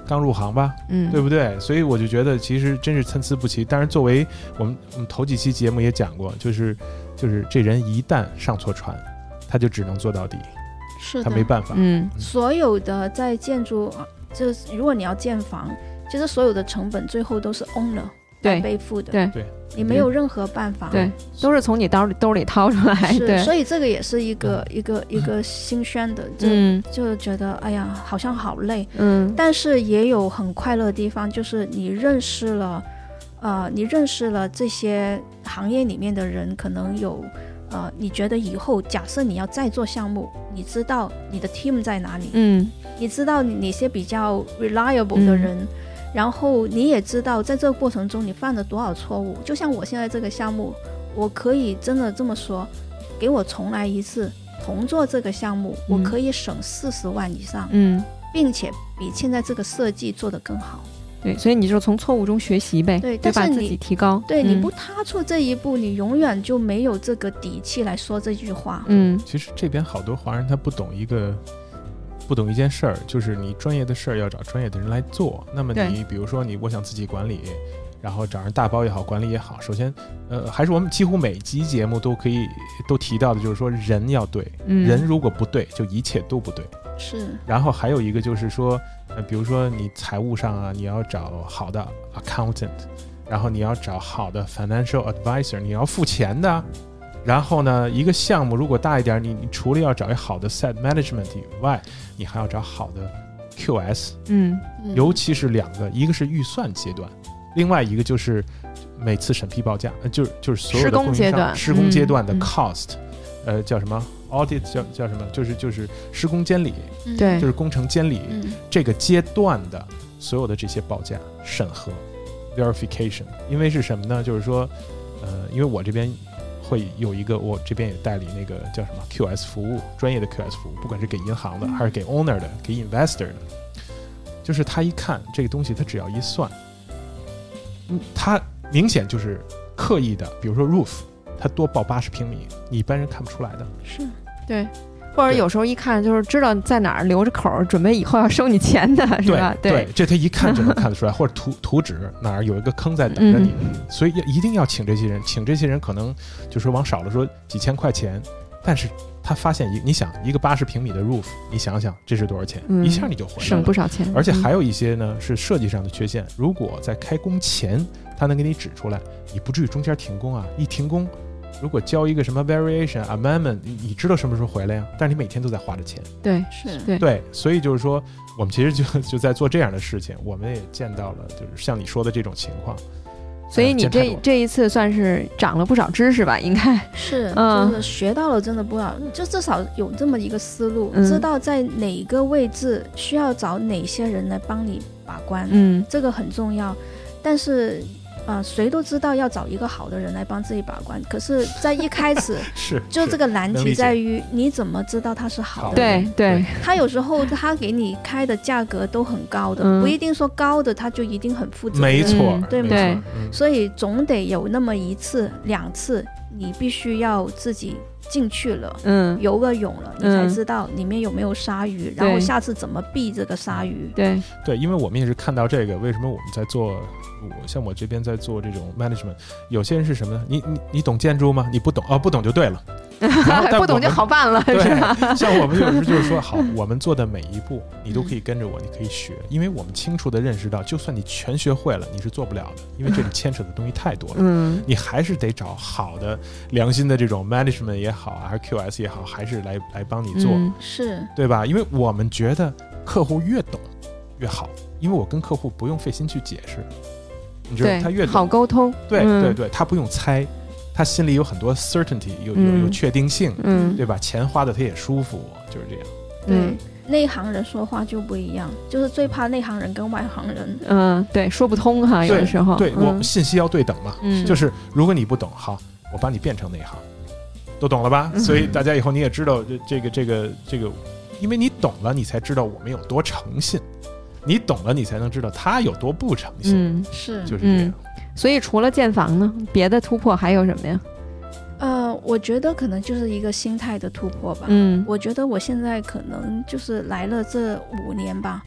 刚入行吧，嗯，对不对？所以我就觉得其实真是参差不齐。但是作为我们我们头几期节目也讲过，就是就是这人一旦上错船，他就只能做到底， 是的， 他没办法。 嗯，所有的在建筑，就是如果你要建房，其实所有的成本最后都是 owner 来背负的， 对对， 你没有任何办法， 对，都是从你兜里兜里掏出来，对， 所以这个也是一个、嗯、一个一个心酸的，就、嗯、就觉得哎呀，好像好累，嗯，但是也有很快乐的地方，就是你认识了，呃，你认识了这些行业里面的人，可能有。呃，你觉得以后假设你要再做项目，你知道你的 team 在哪里，嗯，你知道哪些比较 reliable 的人、嗯、然后你也知道在这个过程中你犯了多少错误。就像我现在这个项目，我可以真的这么说，给我重来一次重做这个项目、嗯、我可以省四十万以上，嗯，并且比现在这个设计做得更好。 对，所以你就从错误中学习呗， 对， 对，把自己提高。 对、嗯、你不踏出这一步，你永远就没有这个底气来说这句话。 嗯， 其实这边好多华人他不懂一个，不懂一件事儿，就是你专业的事儿要找专业的人来做。那么你比如说你，我想自己管理，然后找人大包也好，管理也好，首先，呃，还是我们几乎每集节目都可以都提到的，就是说人要对，嗯、人如果不对，就一切都不对。 是。 然后还有一个就是说。呃，比如说你财务上啊，你要找好的 accountant， 然后你要找好的 financial advisor， 你要付钱的。然后呢，一个项目如果大一点，你你除了要找一好的 set management 以外，你还要找好的 Q S， 嗯，尤其是两个，一个是预算阶段，另外一个就是每次审批报价，呃，就是就是所有的供应商施工阶段， 施工阶段的 cost，、嗯、呃，叫什么？audit 叫叫什么？就是就是施工监理， 对， 就是工程监理、嗯、这个阶段的所有的这些报价审核 verification。因为是什么呢？就是说，呃，因为我这边会有一个，我这边也代理那个叫什么 Q S 服务，专业的 Q S 服务，不管是给银行的，还是给 owner 的，给 investor 的，就是他一看这个东西，他只要一算，嗯，他明显就是刻意的，比如说 roof， 他多报八十平米，你一般人看不出来的， 是。 对，或者有时候一看就是知道在哪儿留着口，准备以后要收你钱的，是吧？ 对，对，这他一看就能看得出来，或者图图纸哪儿有一个坑在等着你，嗯、所以一定要请这些人，请这些人可能就是往少了说几千块钱，但是他发现一，你想一个八十平米的 roof， 你想想这是多少钱，嗯、一下你就回来了， 省不少钱。 而且还有一些呢、嗯、是设计上的缺陷，如果在开工前他能给你指出来，你不至于中间停工啊，一停工。如果交一个什么 variation amendment， 你, 你知道什么时候回来呀？但是你每天都在花着钱。 对，是，对， 对，所以就是说，我们其实就就在做这样的事情，我们也见到了，就是像你说的这种情况。 所以你这、呃、这一次算是长了不少知识吧？应该是，嗯，就是学到了真的不少，就至少有这么一个思路，嗯、知道在哪个位置需要找哪些人来帮你把关，嗯，这个很重要。但是。呃，谁都知道要找一个好的人来帮自己把关，可是在一开始是就这个难题在于你怎么知道他是好的？ 对对， 他有时候他给你开的价格都很高的，嗯、不一定说高的他就一定很负责任， 没错， 对吗？ 对， 嗯、 所以总得有那么一次两次，你必须要自己进去了，嗯，游个泳了，你才知道里面有没有鲨鱼，嗯、然后下次怎么避这个鲨鱼。 对对，因为我们也是看到这个，为什么我们在做。我像我这边在做这种 management， 有些人是什么呢？你你你懂建筑吗？你不懂哦，不懂就对了， 不懂就好办了。 对，像我们有时就是说，好，我们做的每一步你都可以跟着我，你可以学，因为我们清楚的认识到，就算你全学会了，你是做不了的，因为这里牵扯的东西太多了。嗯，你还是得找好的、良心的这种 management 也好，还是 Q S 也好，还是来来帮你做， 嗯、是对吧？因为我们觉得客户越懂越好，因为我跟客户不用费心去解释。你知道他越好沟通， 对、嗯、对对，他不用猜，他心里有很多 certainty， 有有有确定性，嗯，对吧？钱花的他也舒服，就是这样。 对，嗯、内行人说话就不一样，就是最怕内行人跟外行人， 嗯，对，说不通哈，有的时候。 对，对、嗯、我信息要对等嘛，嗯，就是如果你不懂，好，我把你变成内行，都懂了吧？嗯、所以大家以后你也知道这这个这个这个，因为你懂了，你才知道我们有多诚信。你懂了，你才能知道他有多不诚信。 嗯， 是， 就是这样、嗯。 所以除了建房呢，别的突破还有什么呀？ 呃，我觉得可能就是一个心态的突破吧。 嗯， 我觉得我现在可能就是来了这五年吧，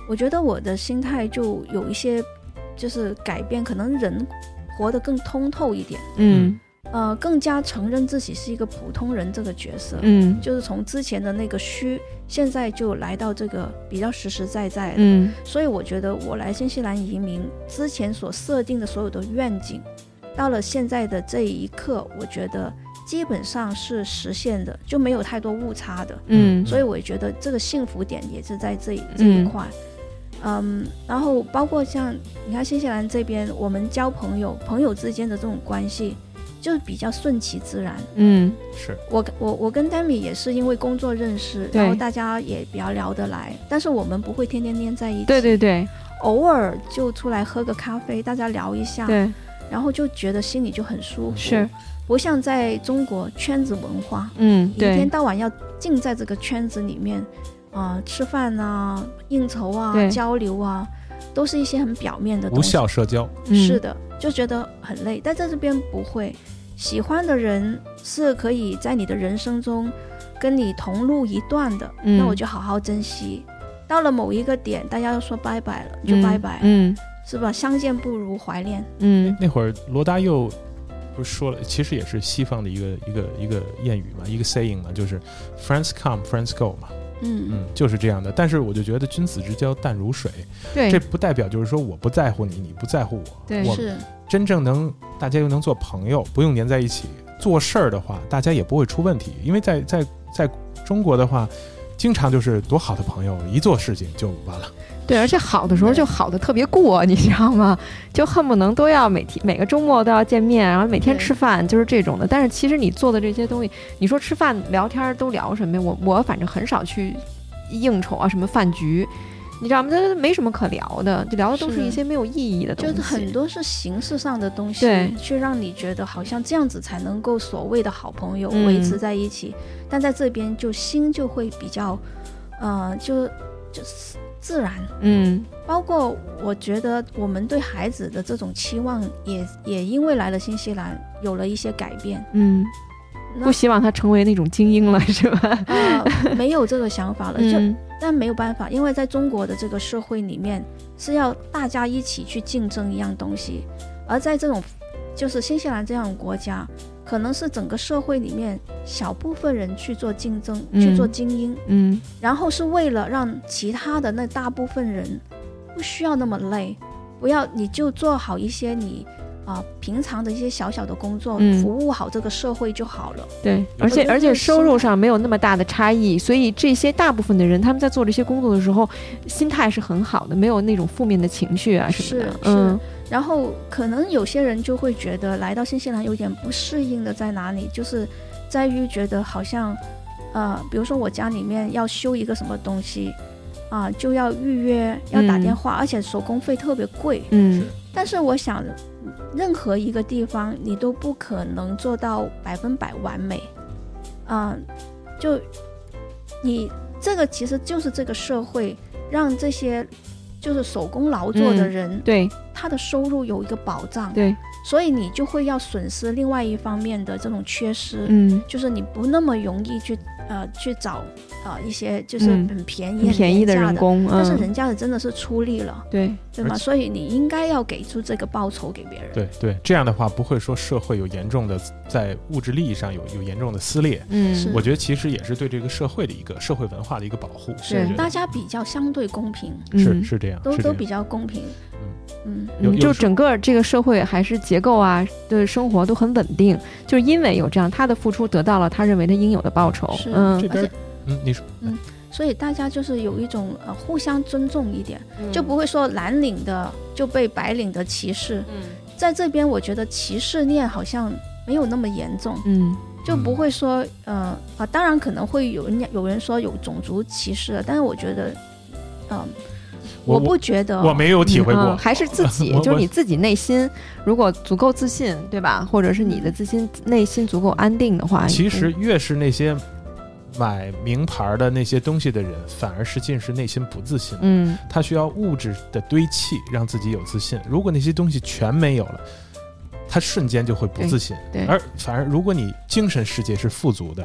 我觉得我的心态就有一些就是改变，可能人活得更通透一点， 嗯， 呃，更加承认自己是一个普通人这个角色， 嗯， 就是从之前的那个虚，现在就来到这个比较实实在在的， 嗯， 所以我觉得我来新西兰移民之前所设定的所有的愿景，到了现在的这一刻，我觉得基本上是实现的，就没有太多误差的， 嗯， 所以我觉得这个幸福点也是在这这一块。嗯，然后包括像你看新西兰这边，我们交朋友，朋友之间的这种关系，就是比较顺其自然。 嗯， 是我我我跟 Demi 也是因为工作认识，然后大家也比较聊得来，但是我们不会天天黏在一起。 对对对， 偶尔就出来喝个咖啡，大家聊一下， 对， 然后就觉得心里就很舒服。 是， 不像在中国圈子文化， 嗯，对， 一天到晚要浸在这个圈子里面。啊、呃，吃饭啊，应酬啊，交流啊，都是一些很表面的东西， 无效社交。 是的，就觉得很累。但在这边不会，喜欢的人是可以在你的人生中跟你同路一段的，嗯、那我就好好珍惜。到了某一个点，大家要说拜拜了，就拜拜， 嗯， 是吧？相见不如怀念。 嗯， 那会儿罗大佑不是说了，其实也是西方的一个一个一个谚语嘛，一个 saying 嘛，就是 friends come, friends go 嘛。 嗯嗯，就是这样的。但是我就觉得君子之交淡如水， 对， 这不代表就是说我不在乎你，你不在乎我。 对， 我是真正能大家又能做朋友，不用黏在一起做事儿的话，大家也不会出问题。因为在在在中国的话，经常就是多好的朋友，一做事情就完了。 对，而且好的时候就好的特别过，你知道吗？就恨不能都要每天每个周末都要见面，然后每天吃饭，就是这种的。但是其实你做的这些东西，你说吃饭聊天都聊什么呀？我我反正很少去应酬啊，什么饭局，你知道吗？这没什么可聊的，就聊的都是一些没有意义的东西， 就是很多是形式上的东西， 对， 去让你觉得好像这样子才能够所谓的好朋友维持在一起。嗯、但在这边就心就会比较，呃，就就是自然， 嗯， 包括我觉得我们对孩子的这种期望也也因为来了新西兰有了一些改变， 嗯。不希望他成为那种精英了，是吧？ 呃，没有这个想法了，就、 嗯、 但没有办法，因为在中国的这个社会里面是要大家一起去竞争一样东西，而在这种就是新西兰这样的国家，可能是整个社会里面小部分人去做竞争， 嗯、 去做精英， 嗯， 然后是为了让其他的那大部分人不需要那么累，不要你就做好一些你。啊、呃，平常的一些小小的工作、嗯，服务好这个社会就好了。 对，而且而且收入上没有那么大的差异，所以这些大部分的人他们在做这些工作的时候，心态是很好的，没有那种负面的情绪啊什么的。 是，嗯。是然后可能有些人就会觉得来到新西兰有点不适应的在哪里，就是在于觉得好像，呃，比如说我家里面要修一个什么东西。啊，就要预约，要打电话，嗯、而且手工费特别贵。 嗯， 但是我想，任何一个地方你都不可能做到百分百完美。啊，就你这个其实就是这个社会让这些就是手工劳作的人， 嗯、对他的收入有一个保障。 对， 所以你就会要损失另外一方面的这种缺失。 嗯， 就是你不那么容易去。呃，去找呃一些就是很便宜、 嗯、很便宜的人工， 但是人家的真的是出力了， 对对吗？所以你应该要给出这个报酬给别人。 对对，这样的话不会说社会有严重的在物质利益上有有严重的撕裂。 嗯， 我觉得其实也是对这个社会的一个社会文化的一个保护。 是大家比较相对公平， 是是这样， 都都比较公平。嗯嗯，就整个这个社会还是结构啊的生活都很稳定，就是因为有这样，他的付出得到了他认为他应有的报酬。 是， 嗯， 这边，嗯，你说， 嗯，所以大家就是有一种呃互相尊重一点，嗯、就不会说蓝领的就被白领的歧视。 嗯， 在这边我觉得歧视链好像没有那么严重。 嗯， 就不会说呃啊，当然可能会有人有人说有种族歧视，但是我觉得，嗯、呃。我, 我不觉得， 我没有体会过， 嗯、还是自己，就是你自己内心如果足够自信，对吧？或者是你的自信内心足够安定的话， 其实越是那些买名牌的那些东西的人，反而实际是内心不自信。 嗯， 他需要物质的堆砌让自己有自信。如果那些东西全没有了，他瞬间就会不自信。 对，对而反而如果你精神世界是富足的，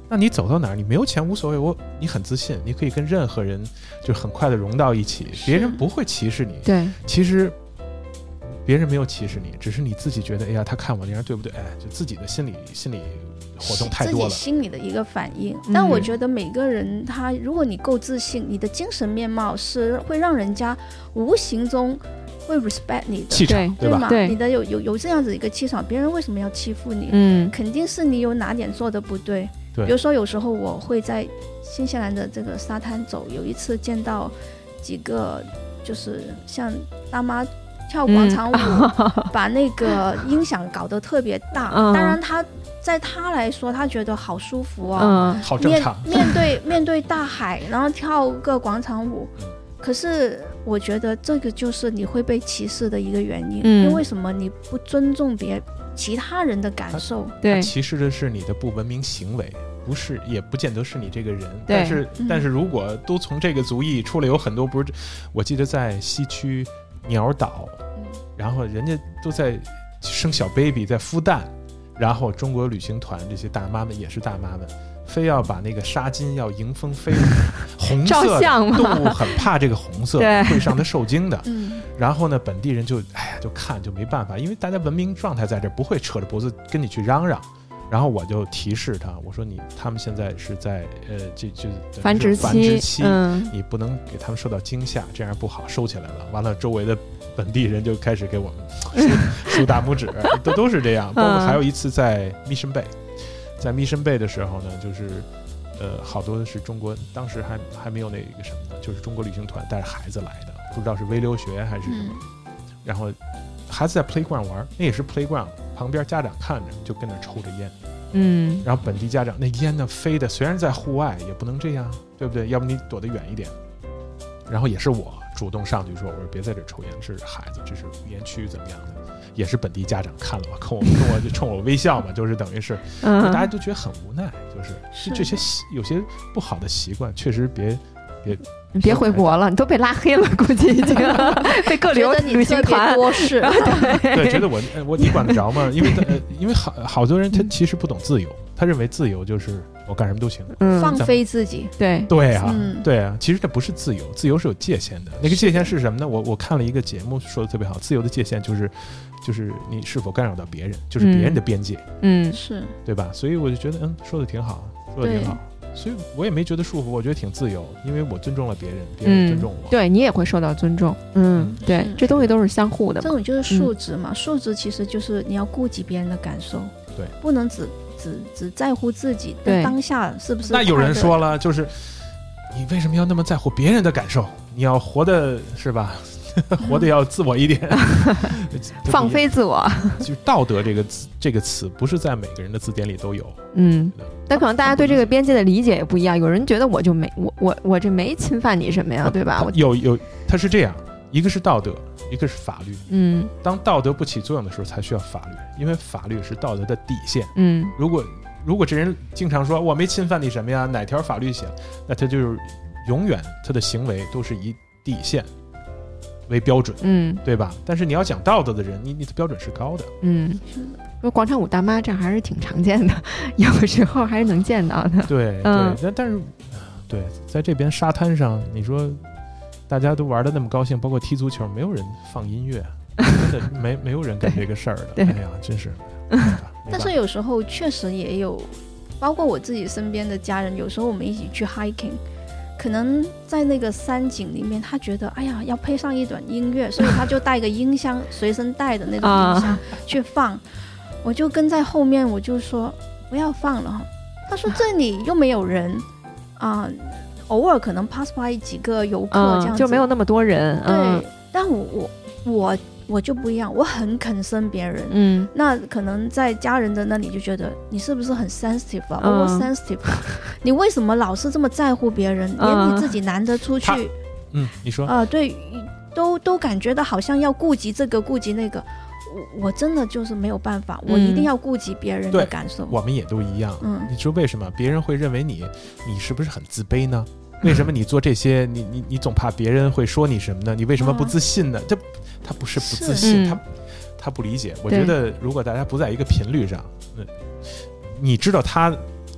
那你走到哪儿，你没有钱无所谓，我你很自信，你可以跟任何人就很快的融到一起，别人不会歧视你。 对， 其实别人没有歧视你，只是你自己觉得，哎呀，他看我那样对不对？哎，就自己的心理心理活动太多了， 自己心里的一个反应。但我觉得每个人他，如果你够自信，你的精神面貌是会让人家无形中会 respect 你的气场， 对吧？ 对， 你的有有有这样子一个气场，别人为什么要欺负你？ 嗯， 肯定是你有哪点做的不对。 对， 比如说有时候我会在新西兰的这个沙滩走，有一次见到几个就是像大妈跳广场舞、嗯、把那个音响搞得特别大、嗯、当然他在他来说他觉得好舒服啊、 嗯， 好正常， 面面对面对大海然后跳个广场舞，可是我觉得这个就是你会被歧视的一个原因、嗯、因为为什么你不尊重别其他人的感受？ 对，歧视的是你的不文明行为，不是，也不见得是你这个人。但是、嗯、但是如果都从这个族裔出来，有很多不是，我记得在西区鸟岛、嗯、然后人家都在生小 baby 在孵蛋，然后中国旅行团这些大妈们也是大妈们非要把那个纱巾要迎风飞红色的动物很怕这个红色会让它受惊的、嗯、然后呢本地人就哎呀就看就没办法，因为大家文明状态在这不会扯着脖子跟你去嚷嚷，然后我就提示他，我说你他们现在是在呃这就繁殖期繁殖期、 嗯、 你不能给他们受到惊吓，这样不好，收起来了。完了周围的本地人就开始给我们竖竖大拇指都都是这样。包括还有一次在 Mission Bay， 在 Mission Bay 的时候呢，就是呃好多是中国，当时还还没有那个什么呢，就是中国旅行团带着孩子来的，不知道是微留学还是什么、嗯、然后孩子在 playground 玩，那也是 playground， 旁边家长看着就跟那抽着烟， 嗯， 然后本地家长那烟呢飞的，虽然在户外也不能这样，对不对？要不你躲得远一点。然后也是我主动上去说，我说别在这抽烟，这是孩子，这是烟区怎么样的？也是本地家长看了嘛，跟我跟我就冲我微笑嘛，就是等于是，嗯、大家都觉得很无奈，就是这些有些不好的习惯，确实别别。 你别回国了，你都被拉黑了，估计已经被各流旅行团多事。 对, 对，觉得我我你管得着吗？因为呃，因为好好多人他其实不懂自由，他认为自由就是我干什么都行， 嗯，放飞自己。 对对啊， 嗯、 对啊，其实这不是自由，自由是有界限的。那个界限是什么呢？我我看了一个节目说的特别好，自由的界限就是就是你是否干扰到别人，就是别人的边界。 嗯， 是对吧？所以我就觉得嗯，说的挺好，说的挺好。所以我也没觉得束缚，我觉得挺自由，因为我尊重了别人，别人尊重我， 嗯、对你也会受到尊重。嗯，嗯对，这东西都是相互的嘛。 这种就是素质嘛，嗯、素质其实就是你要顾及别人的感受， 对， 不能只只只在乎自己的当下是不是？ 那有人说了，就是你为什么要那么在乎别人的感受？你要活的是吧？活得要自我一点， 放飞自我。 就道德这个词，这个词不是在每个人的字典里都有。 嗯，但可能大家对这个边界的理解也不一样。有人觉得我就没我我我这没侵犯你什么呀，对吧？ 有有，它是这样，一个是道德，一个是法律。 嗯， 当道德不起作用的时候，才需要法律，因为法律是道德的底线。 嗯， 如果如果这人经常说我没侵犯你什么呀，哪条法律写，那他就是永远他的行为都是以底线为标准， 嗯， 对吧？但是你要讲道德的人，你你的标准是高的， 嗯，是的。说广场舞大妈这还是挺常见的，有时候还是能见到的。 对， 嗯、 对，但但是，对，在这边沙滩上，你说大家都玩的那么高兴，包括踢足球，没有人放音乐，真的没没有人干这个事儿的。哎呀，真是。 但是有时候确实也有，包括我自己身边的家人，有时候我们一起去 hiking。可能在那个山景里面，他觉得哎呀要配上一段音乐，所以他就带个音箱，随身带的那种音箱去放。我就跟在后面，我就说不要放了。他说这里又没有人啊、呃，偶尔可能 pass by 几个游客这样子、 嗯、就没有那么多人。 对， 嗯、 但我我我我就不一样，我很肯生别人。 嗯， 那可能在家人的那里就觉得你是不是很 sensitive 啊、嗯、over sensitive 啊？你为什么老是这么在乎别人？连你自己难得出去， 嗯，你说啊、呃，对，都都感觉到好像要顾及这个顾及那个。我我真的就是没有办法，我一定要顾及别人的感受。 我们也都一样。 嗯， 你说为什么别人会认为你你是不是很自卑呢？为什么你做这些，你你你总怕别人会说你什么呢？你为什么不自信呢？这、嗯、他不是不自信，他他不理解。我觉得如果大家不在一个频率上，嗯，你知道他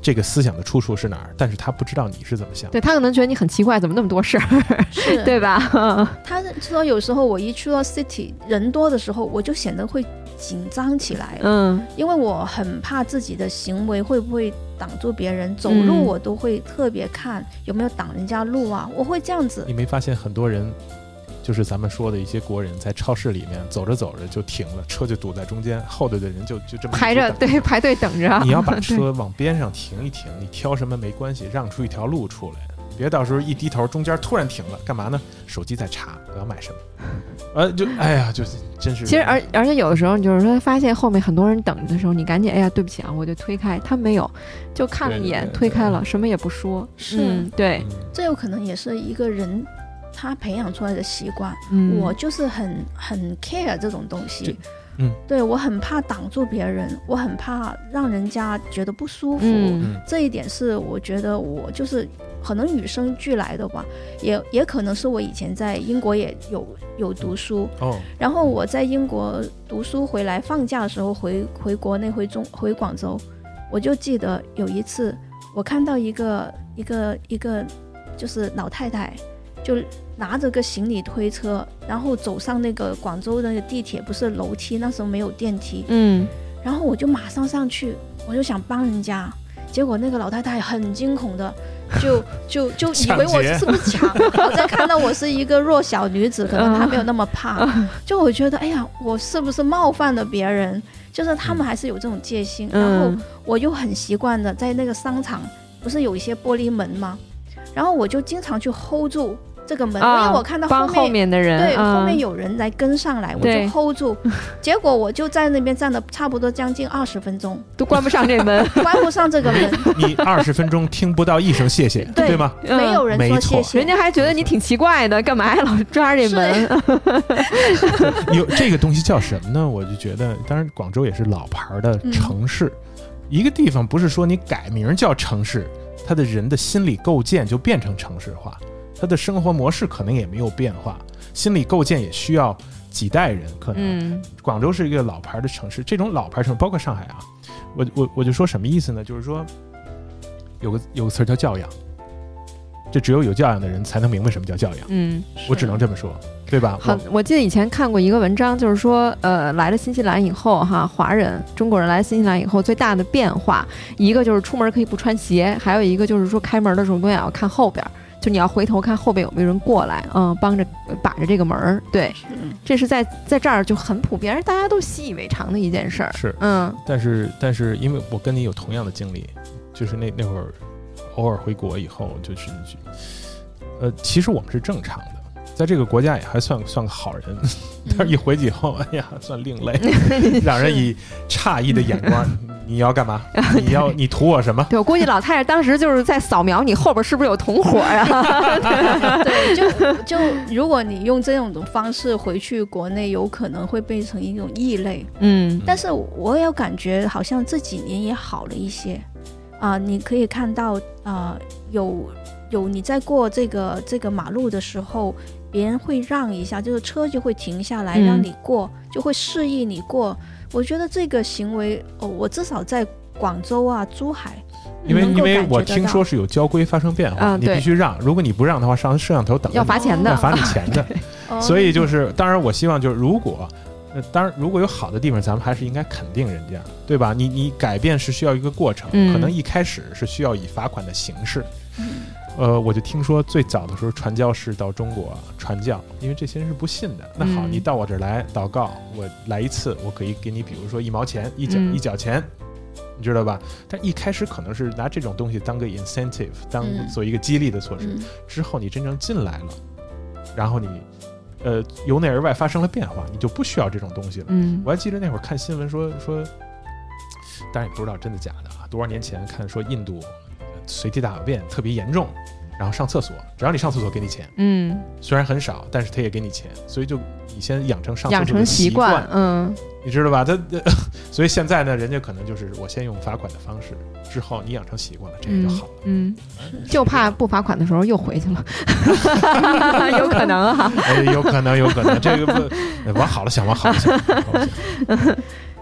这个思想的出处是哪儿，但是他不知道你是怎么想的。 对，他可能觉得你很奇怪，怎么那么多事儿，对吧？ 他说有时候我一去到 city 人多的时候，我就显得会紧张起来，嗯，因为我很怕自己的行为会不会挡住别人，走路我都会特别看有没有挡人家路啊，我会这样子。 你没发现很多人就是咱们说的一些国人在超市里面走着走着就停了，车就堵在中间，后头的人就就这么排着，对，排队等着。 你要把车往边上停一停，你挑什么没关系，让出一条路出来，别到时候一低头中间突然停了，干嘛呢？手机在查我要买什么，呃，就哎呀，就真是。 其实而而且有的时候，你就是说发现后面很多人等着的时候，你赶紧哎呀，对不起啊，我就推开，他没有，就看了一眼，推开了，什么也不说。 是， 嗯、对、 嗯，这有可能也是一个人他培养出来的习惯。嗯，我就是很很 care 这种东西。嗯，对，我很怕挡住别人，我很怕让人家觉得不舒服。嗯，这一点是我觉得我就是可能与生俱来的吧，也也可能是我以前在英国也有有读书。哦，然后我在英国读书回来放假的时候回回国内回中回广州，我就记得有一次我看到一个一个一个就是老太太。就拿着个行李推车，然后走上那个广州的地铁，不是楼梯，那时候没有电梯。嗯，然后我就马上上去，我就想帮人家，结果那个老太太很惊恐的，就就就以为我是不是抢，我在看到我是一个弱小女子，可能她没有那么怕，就我觉得哎呀，我是不是冒犯了别人？就是他们还是有这种戒心，嗯、然后我又很习惯的在那个商场，不是有一些玻璃门吗？然后我就经常去 hold 住。这个门、啊、因为我看到后 面, 后面的人对、 啊、 后面有人来跟上来，我就 hold 住，结果我就在那边站了差不多将近二十分钟都关不上这门关不上这个门你二十分钟听不到一声谢谢 对, 对吗、 嗯、没有人说谢谢， 人家还觉得你挺奇怪的，干嘛还老抓这门有这个东西叫什么呢？我就觉得当然广州也是老牌的城市、嗯、一个地方不是说你改名叫城市，它的人的心理构建就变成城市化，他的生活模式可能也没有变化，心理构建也需要几代人可能、嗯、广州是一个老牌的城市，这种老牌城市包括上海啊，我我我就说什么意思呢？就是说有个有个词叫教养，这只有有教养的人才能明白什么叫教养。嗯，我只能这么说，对吧？ 好，我记得以前看过一个文章，就是说呃来了新西兰以后哈，华人中国人来了新西兰以后最大的变化，一个就是出门可以不穿鞋，还有一个就是说开门的时候永远要看后边，就你要回头看后边有没有人过来，嗯，帮着把着这个门儿。对，这是在在这儿就很普遍，大家都习以为常的一件事儿。 是，嗯，但是但是因为我跟你有同样的经历，就是那那会儿偶尔回国以后，就是呃，其实我们是正常的，在这个国家也还算算个好人，但是一回去以后，哎呀，算另类，让人以诧异的眼光。你要干嘛？你要你图我什么？ 对，我估计老太太当时就是在扫描你后边是不是有同伙啊？ 对，就就如果你用这种方式回去国内，有可能会变成一种异类。嗯，但是我有感觉好像这几年也好了一些啊、呃，你可以看到啊、呃，有有你在过这个这个马路的时候，别人会让一下，就是车就会停下来让你过，嗯、就会示意你过。我觉得这个行为，哦，我至少在广州啊、珠海， 因为因为我听说是有交规发生变化，嗯、你必须让，如果你不让的话，上摄像头等着要罚钱的， 要罚你钱的。所以就是，当然我希望就是，如果，呃，当然如果有好的地方，咱们还是应该肯定人家，对吧？你你改变是需要一个过程，嗯、可能一开始是需要以罚款的形式。嗯呃，我就听说最早的时候传教士到中国传教，因为这些人是不信的。那好，你到我这儿来祷告，我来一次，我可以给你，比如说一毛钱，一角、嗯、一角钱，你知道吧？但一开始可能是拿这种东西当个 incentive， 当做一个激励的措施。嗯、之后你真正进来了，然后你，呃，由内而外发生了变化，你就不需要这种东西了。嗯，我还记得那会儿看新闻说说，当然也不知道真的假的啊，多少年前看说印度随地大小便特别严重，然后上厕所，只要你上厕所给你钱，嗯，虽然很少，但是他也给你钱，所以就你先养成上厕所的习惯， 嗯， 你知道吧？他，所以现在呢，人家可能就是我先用罚款的方式，之后你养成习惯了，这个就好了，嗯， 嗯就怕不罚款的时候又回去了，有可能啊， 哎，有可能，有可能，这个不往好了想，往好了想。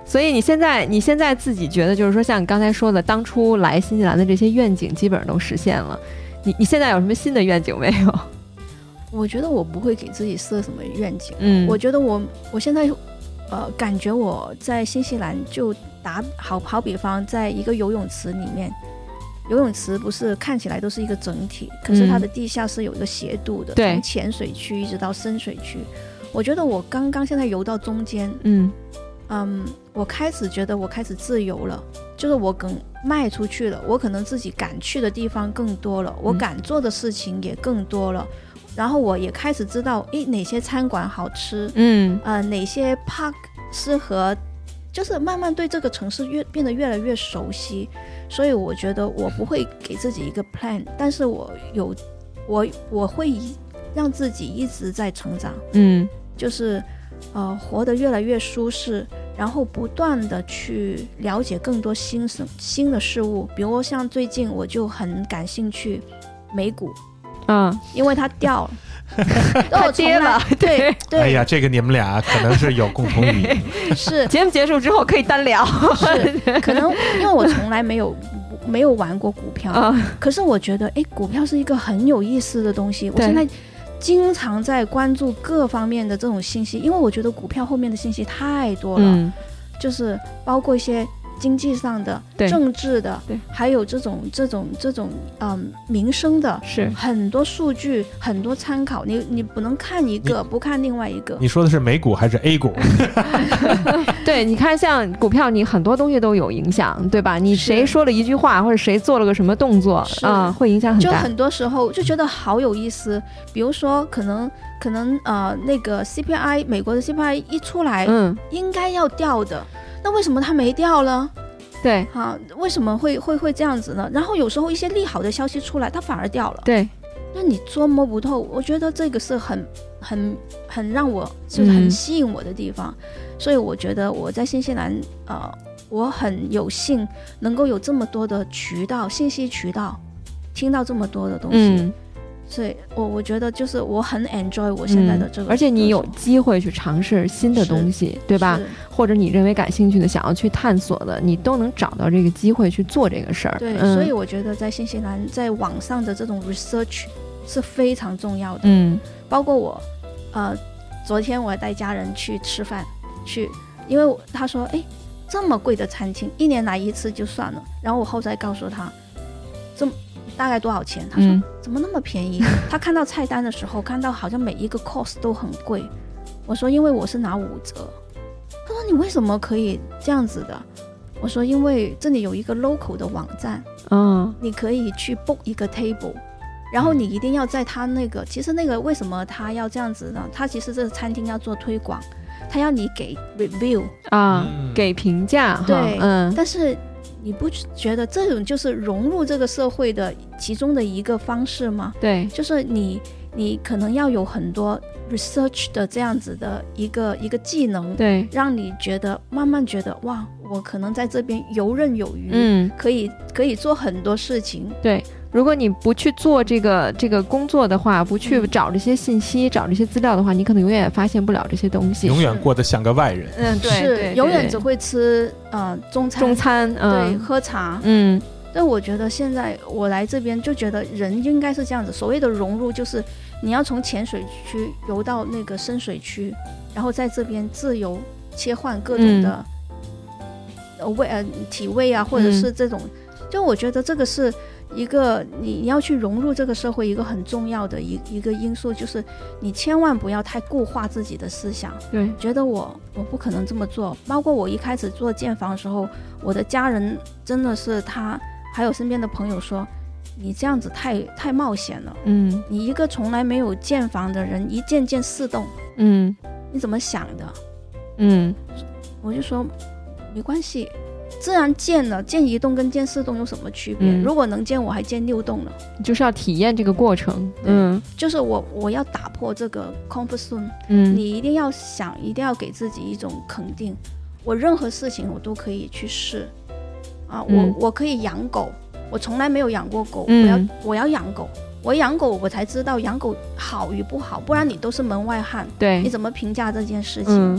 所以你现在你现在自己觉得就是说像你刚才说的当初来新西兰的这些愿景基本上都实现了，你你现在有什么新的愿景没有？ 我觉得我不会给自己设什么愿景， 嗯， 我觉得我我现在呃感觉我在新西兰就打好好比方在一个游泳池里面，游泳池不是看起来都是一个整体，可是它的地下是有一个斜度的， 对、 嗯，从浅水区一直到深水区，我觉得我刚刚现在游到中间， 嗯嗯，我开始觉得我开始自由了，就是我更迈出去了，我可能自己敢去的地方更多了，我敢做的事情也更多了，嗯，然后我也开始知道诶哪些餐馆好吃， 嗯呃哪些 park 适合，就是慢慢对这个城市越变得越来越熟悉，所以我觉得我不会给自己一个 plan， 但是我有我我会让自己一直在成长， 嗯， 就是呃活得越来越舒适，然后不断的去了解更多新新的事物，比如像最近我就很感兴趣美股， 嗯， 因为它掉了。 它跌了， 对对。 哎呀，这个你们俩可能是有共同语言。 是节目结束之后可以单聊。 是，可能因为我从来没有没有玩过股票， 嗯， 可是我觉得，哎，股票是一个很有意思的东西。我现在经常在关注各方面的这种信息，因为我觉得股票后面的信息太多了，嗯，就是包括一些经济上的、政治的， 对， 还有这种这种这种嗯民生的， 是很多数据，很多参考。你你不能看一个不看另外一个。 你说的是美股还是 A 股？ 对，你看像股票，你很多东西都有影响，对吧？你谁说了一句话，或者谁做了个什么动作啊，会影响很大。 就很多时候就觉得好有意思，比如说可能可能呃那个 C P I 美国的 C P I 一出来，嗯，应该要掉的。那为什么它没掉呢？ 对， 啊，为什么会会会这样子呢？然后有时候一些利好的消息出来，它反而掉了。 对， 那你捉摸不透，我觉得这个是很很很让我就是很吸引我的地方。嗯，所以我觉得我在新西兰，呃，我很有幸能够有这么多的渠道、信息渠道，听到这么多的东西。嗯，所以我我觉得就是我很 enjoy 我现在的这个， 嗯，而且你有机会去尝试新的东西，对吧？或者你认为感兴趣的想要去探索的，你都能找到这个机会去做这个事儿。 对，嗯，所以我觉得在新西兰在网上的这种 research 是非常重要的。 嗯， 包括我呃昨天我带家人去吃饭去，因为他说哎这么贵的餐厅一年来一次就算了，然后我后再告诉他这么大概多少钱？他说、嗯、怎么那么便宜？他看到菜单的时候，看到好像每一个 cost 都很贵。我说因为我是拿五折。他说你为什么可以这样子的？我说因为这里有一个 local 的网站， 嗯， 你可以去 book 一个 table， 然后你一定要在他那个，其实那个为什么他要这样子呢？他其实这个餐厅要做推广，他要你给 review 啊，嗯，给评价， 对， 嗯， 但是。你不觉得这种就是融入这个社会的其中的一个方式吗？ 对， 就是你你可能要有很多 research 的这样子的一个一个技能， 对， 让你觉得慢慢觉得哇，我可能在这边游刃有余， 嗯， 可以可以做很多事情。 对，如果你不去做这个这个工作的话，不去找这些信息，嗯，找这些资料的话，你可能永远也发现不了这些东西， 永远过得像个外人。 嗯，对， 是对对永远只会吃呃中餐， 中餐，嗯， 对，喝茶， 嗯。 但我觉得现在我来这边就觉得人应该是这样子，所谓的融入就是你要从浅水区游到那个深水区，然后在这边自由切换各种的味、嗯、呃体味啊，或者是这种、嗯、就我觉得这个是一个你你要去融入这个社会一个很重要的一一个因素，就是你千万不要太固化自己的思想， 对， 觉得我我不可能这么做。包括我一开始做建房的时候，我的家人真的是他还有身边的朋友说你这样子太太冒险了，嗯，你一个从来没有建房的人一件件四栋，嗯，你怎么想的？嗯，我就说没关系，自然建了，建一栋跟建四栋有什么区别、嗯、如果能建我还建六栋了， 就是要体验这个过程。嗯， 就是我我要打破这个 comfort zone， 嗯，你一定要想一定要给自己一种肯定，我任何事情我都可以去试啊，嗯、我我可以养狗，我从来没有养过狗、嗯、我要我要养狗，我养狗我才知道养狗好与不好，不然你都是门外汉， 对， 你怎么评价这件事情、 嗯、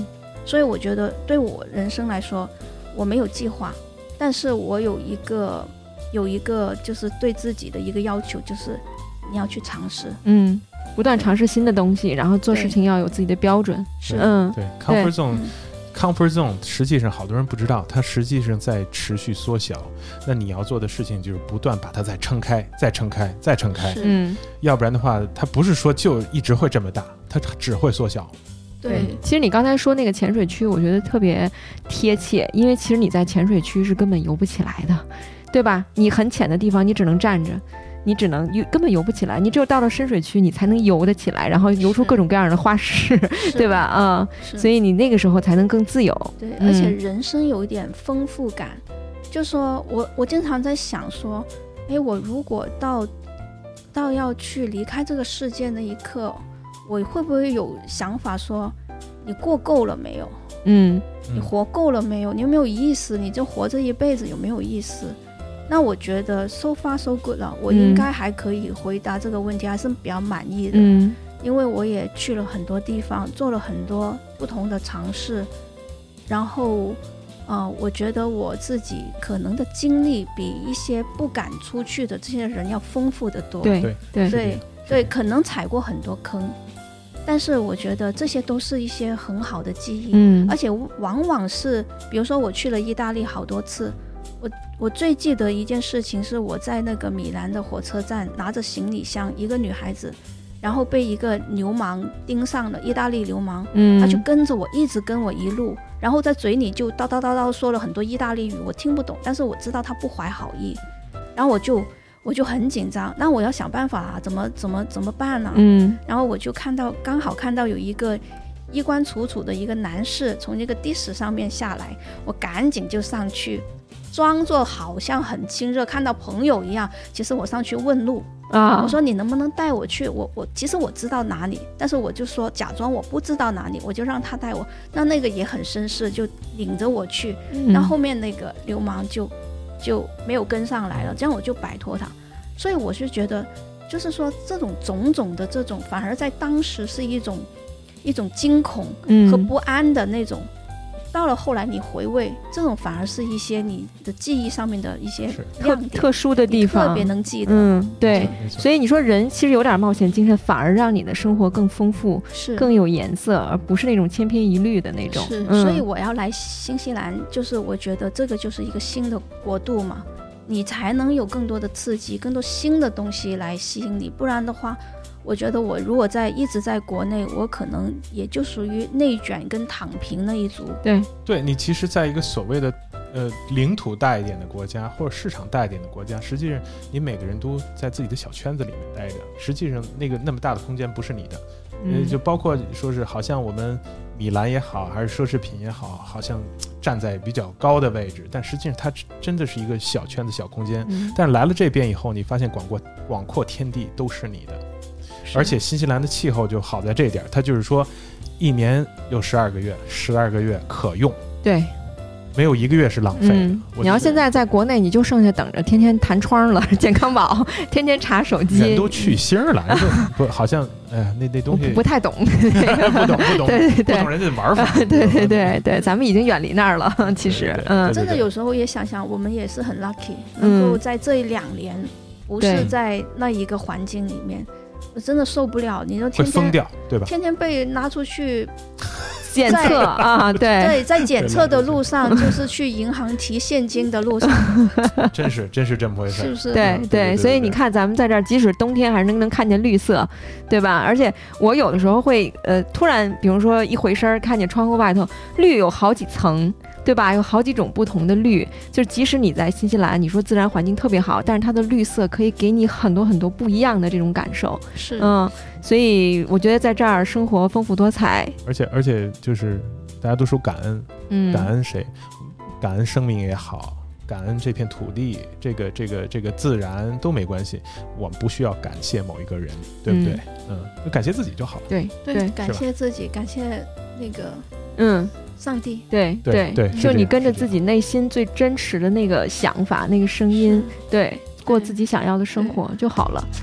所以我觉得对我人生来说，我没有计划，但是我有一个有一个就是对自己的一个要求，就是你要去尝试， 嗯，不断尝试新的东西，然后做事情要有自己的标准。 是， 嗯， 对 ，comfort zone。comfort zone 实际上好多人不知道，它实际上在持续缩小。那你要做的事情就是不断把它再撑开，再撑开，再撑开。 嗯， 要不然的话，它不是说就一直会这么大，它只会缩小。 对， 其实你刚才说那个潜水区，我觉得特别贴切，因为其实你在潜水区是根本游不起来的，对吧？你很浅的地方，你只能站着。你只能游，根本游不起来。你只有到了深水区，你才能游得起来，然后游出各种各样的花式，对吧？啊、嗯，所以你那个时候才能更自由。 对，而且人生有一点丰富感。嗯、就说我我经常在想说，哎，我如果到到要去离开这个世界那一刻，我会不会有想法说，你过够了没有？ 嗯， 你活够了没有？你有没有意思？你就活这一辈子有没有意思？那我觉得 so far so good 了，我应该还可以回答这个问题，嗯、还是比较满意的。 嗯， 因为我也去了很多地方，做了很多不同的尝试，然后，呃，我觉得我自己可能的经历比一些不敢出去的这些人要丰富得多。 对对对对，可能踩过很多坑，但是我觉得这些都是一些很好的记忆。 嗯， 而且往往是，比如说我去了意大利好多次。我我最记得一件事情是我在那个米兰的火车站拿着行李箱，一个女孩子，然后被一个流氓盯上了，意大利流氓， 嗯， 他就跟着我，一直跟我一路，然后在嘴里就叨叨叨叨说了很多意大利语，我听不懂，但是我知道他不怀好意，然后我就我就很紧张，那我要想办法啊，怎么怎么怎么办呢、啊？ 嗯， 然后我就看到刚好看到有一个衣冠楚楚的一个男士从这个的士上面下来，我赶紧就上去。装作好像很亲热，看到朋友一样。其实我上去问路啊， 我说你能不能带我去？我我其实我知道哪里，但是我就说假装我不知道哪里，我就让他带我。那那个也很绅士，就领着我去。 嗯、 那后面那个流氓就就没有跟上来了，这样我就摆脱他。所以我是觉得，就是说这种种种的这种，反而在当时是一种一种惊恐和不安的那种。嗯到了后来你回味，这种反而是一些你的记忆上面的一些亮点， 特殊的地方， 特别能记得。 嗯，对。所以你说人其实有点冒险精神，反而让你的生活更丰富， 是更有颜色，而不是那种千篇一律的那种。 是， 嗯、 所以我要来新西兰，就是我觉得这个就是一个新的国度嘛，你才能有更多的刺激，更多新的东西来吸引你，不然的话。我觉得我如果在一直在国内，我可能也就属于内卷跟躺平那一族。 对， 对你其实在一个所谓的呃领土大一点的国家，或者市场大一点的国家，实际上你每个人都在自己的小圈子里面待着，实际上那个那么大的空间不是你的，嗯，就包括说是好像我们米兰也好，还是奢侈品也好，好像站在比较高的位置，但实际上它真的是一个小圈子小空间。嗯、但是来了这边以后，你发现广阔广阔天地都是你的。而且新西兰的气候就好在这点，它就是说一年有十二个月，十二个月可用， 对， 没有一个月是浪费的。 嗯、你要现在在国内，你就剩下等着天天弹窗了，健康宝，天天查手机， 人都去星了，不好像哎呀那那东西不, 不太懂， 不懂不懂， 对对对， 不懂人家的玩法， 对对对对，咱们已经远离那儿了。其实， 对对对嗯， 真的有时候也想想，我们也是很 lucky， 能够在这两年不是在那一个环境里面。我真的受不了，你就天天会疯掉，对吧？ 天天被拿出去检测啊，对对，在检测的路上，就是去银行提现金的路上， 真是真是这么回事， 是不是？ 对 对, 对，所以你看，咱们在这儿，即使冬天还是能能看见绿色，对吧？而且我有的时候会呃，突然比如说一回身看见窗户外头绿有好几层。对吧？有好几种不同的绿，就是即使你在新西兰，你说自然环境特别好，但是它的绿色可以给你很多很多不一样的这种感受。 是， 嗯，所以我觉得在这儿生活丰富多彩， 而且而且就是大家都说感恩， 嗯， 感恩谁？感恩生命也好，感恩这片土地，这个这个这个自然都没关系，我们不需要感谢某一个人，对不对？嗯，嗯感谢自己就好了。 对对，感谢自己，感谢那个， 嗯。 上帝， 对对对， 就你跟着自己内心最真实的那个想法、那个声音，对，过自己想要的生活就好了。所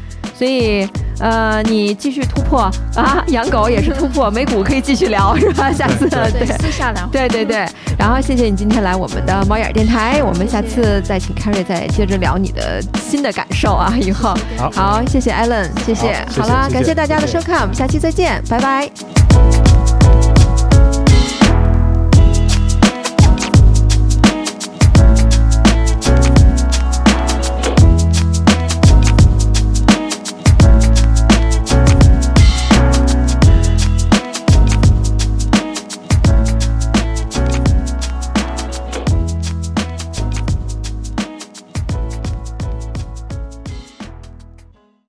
所以呃，你继续突破啊，养狗也是突破，美股可以继续聊是吧？下次对对私下聊， 对对对。然后谢谢你今天来我们的猫眼电台，我们下次再请 Carrie 再接着聊你的新的感受啊，以后好， 好，谢谢 Alan， 谢谢，好了，感谢大家的收看，我们下期再见，拜拜。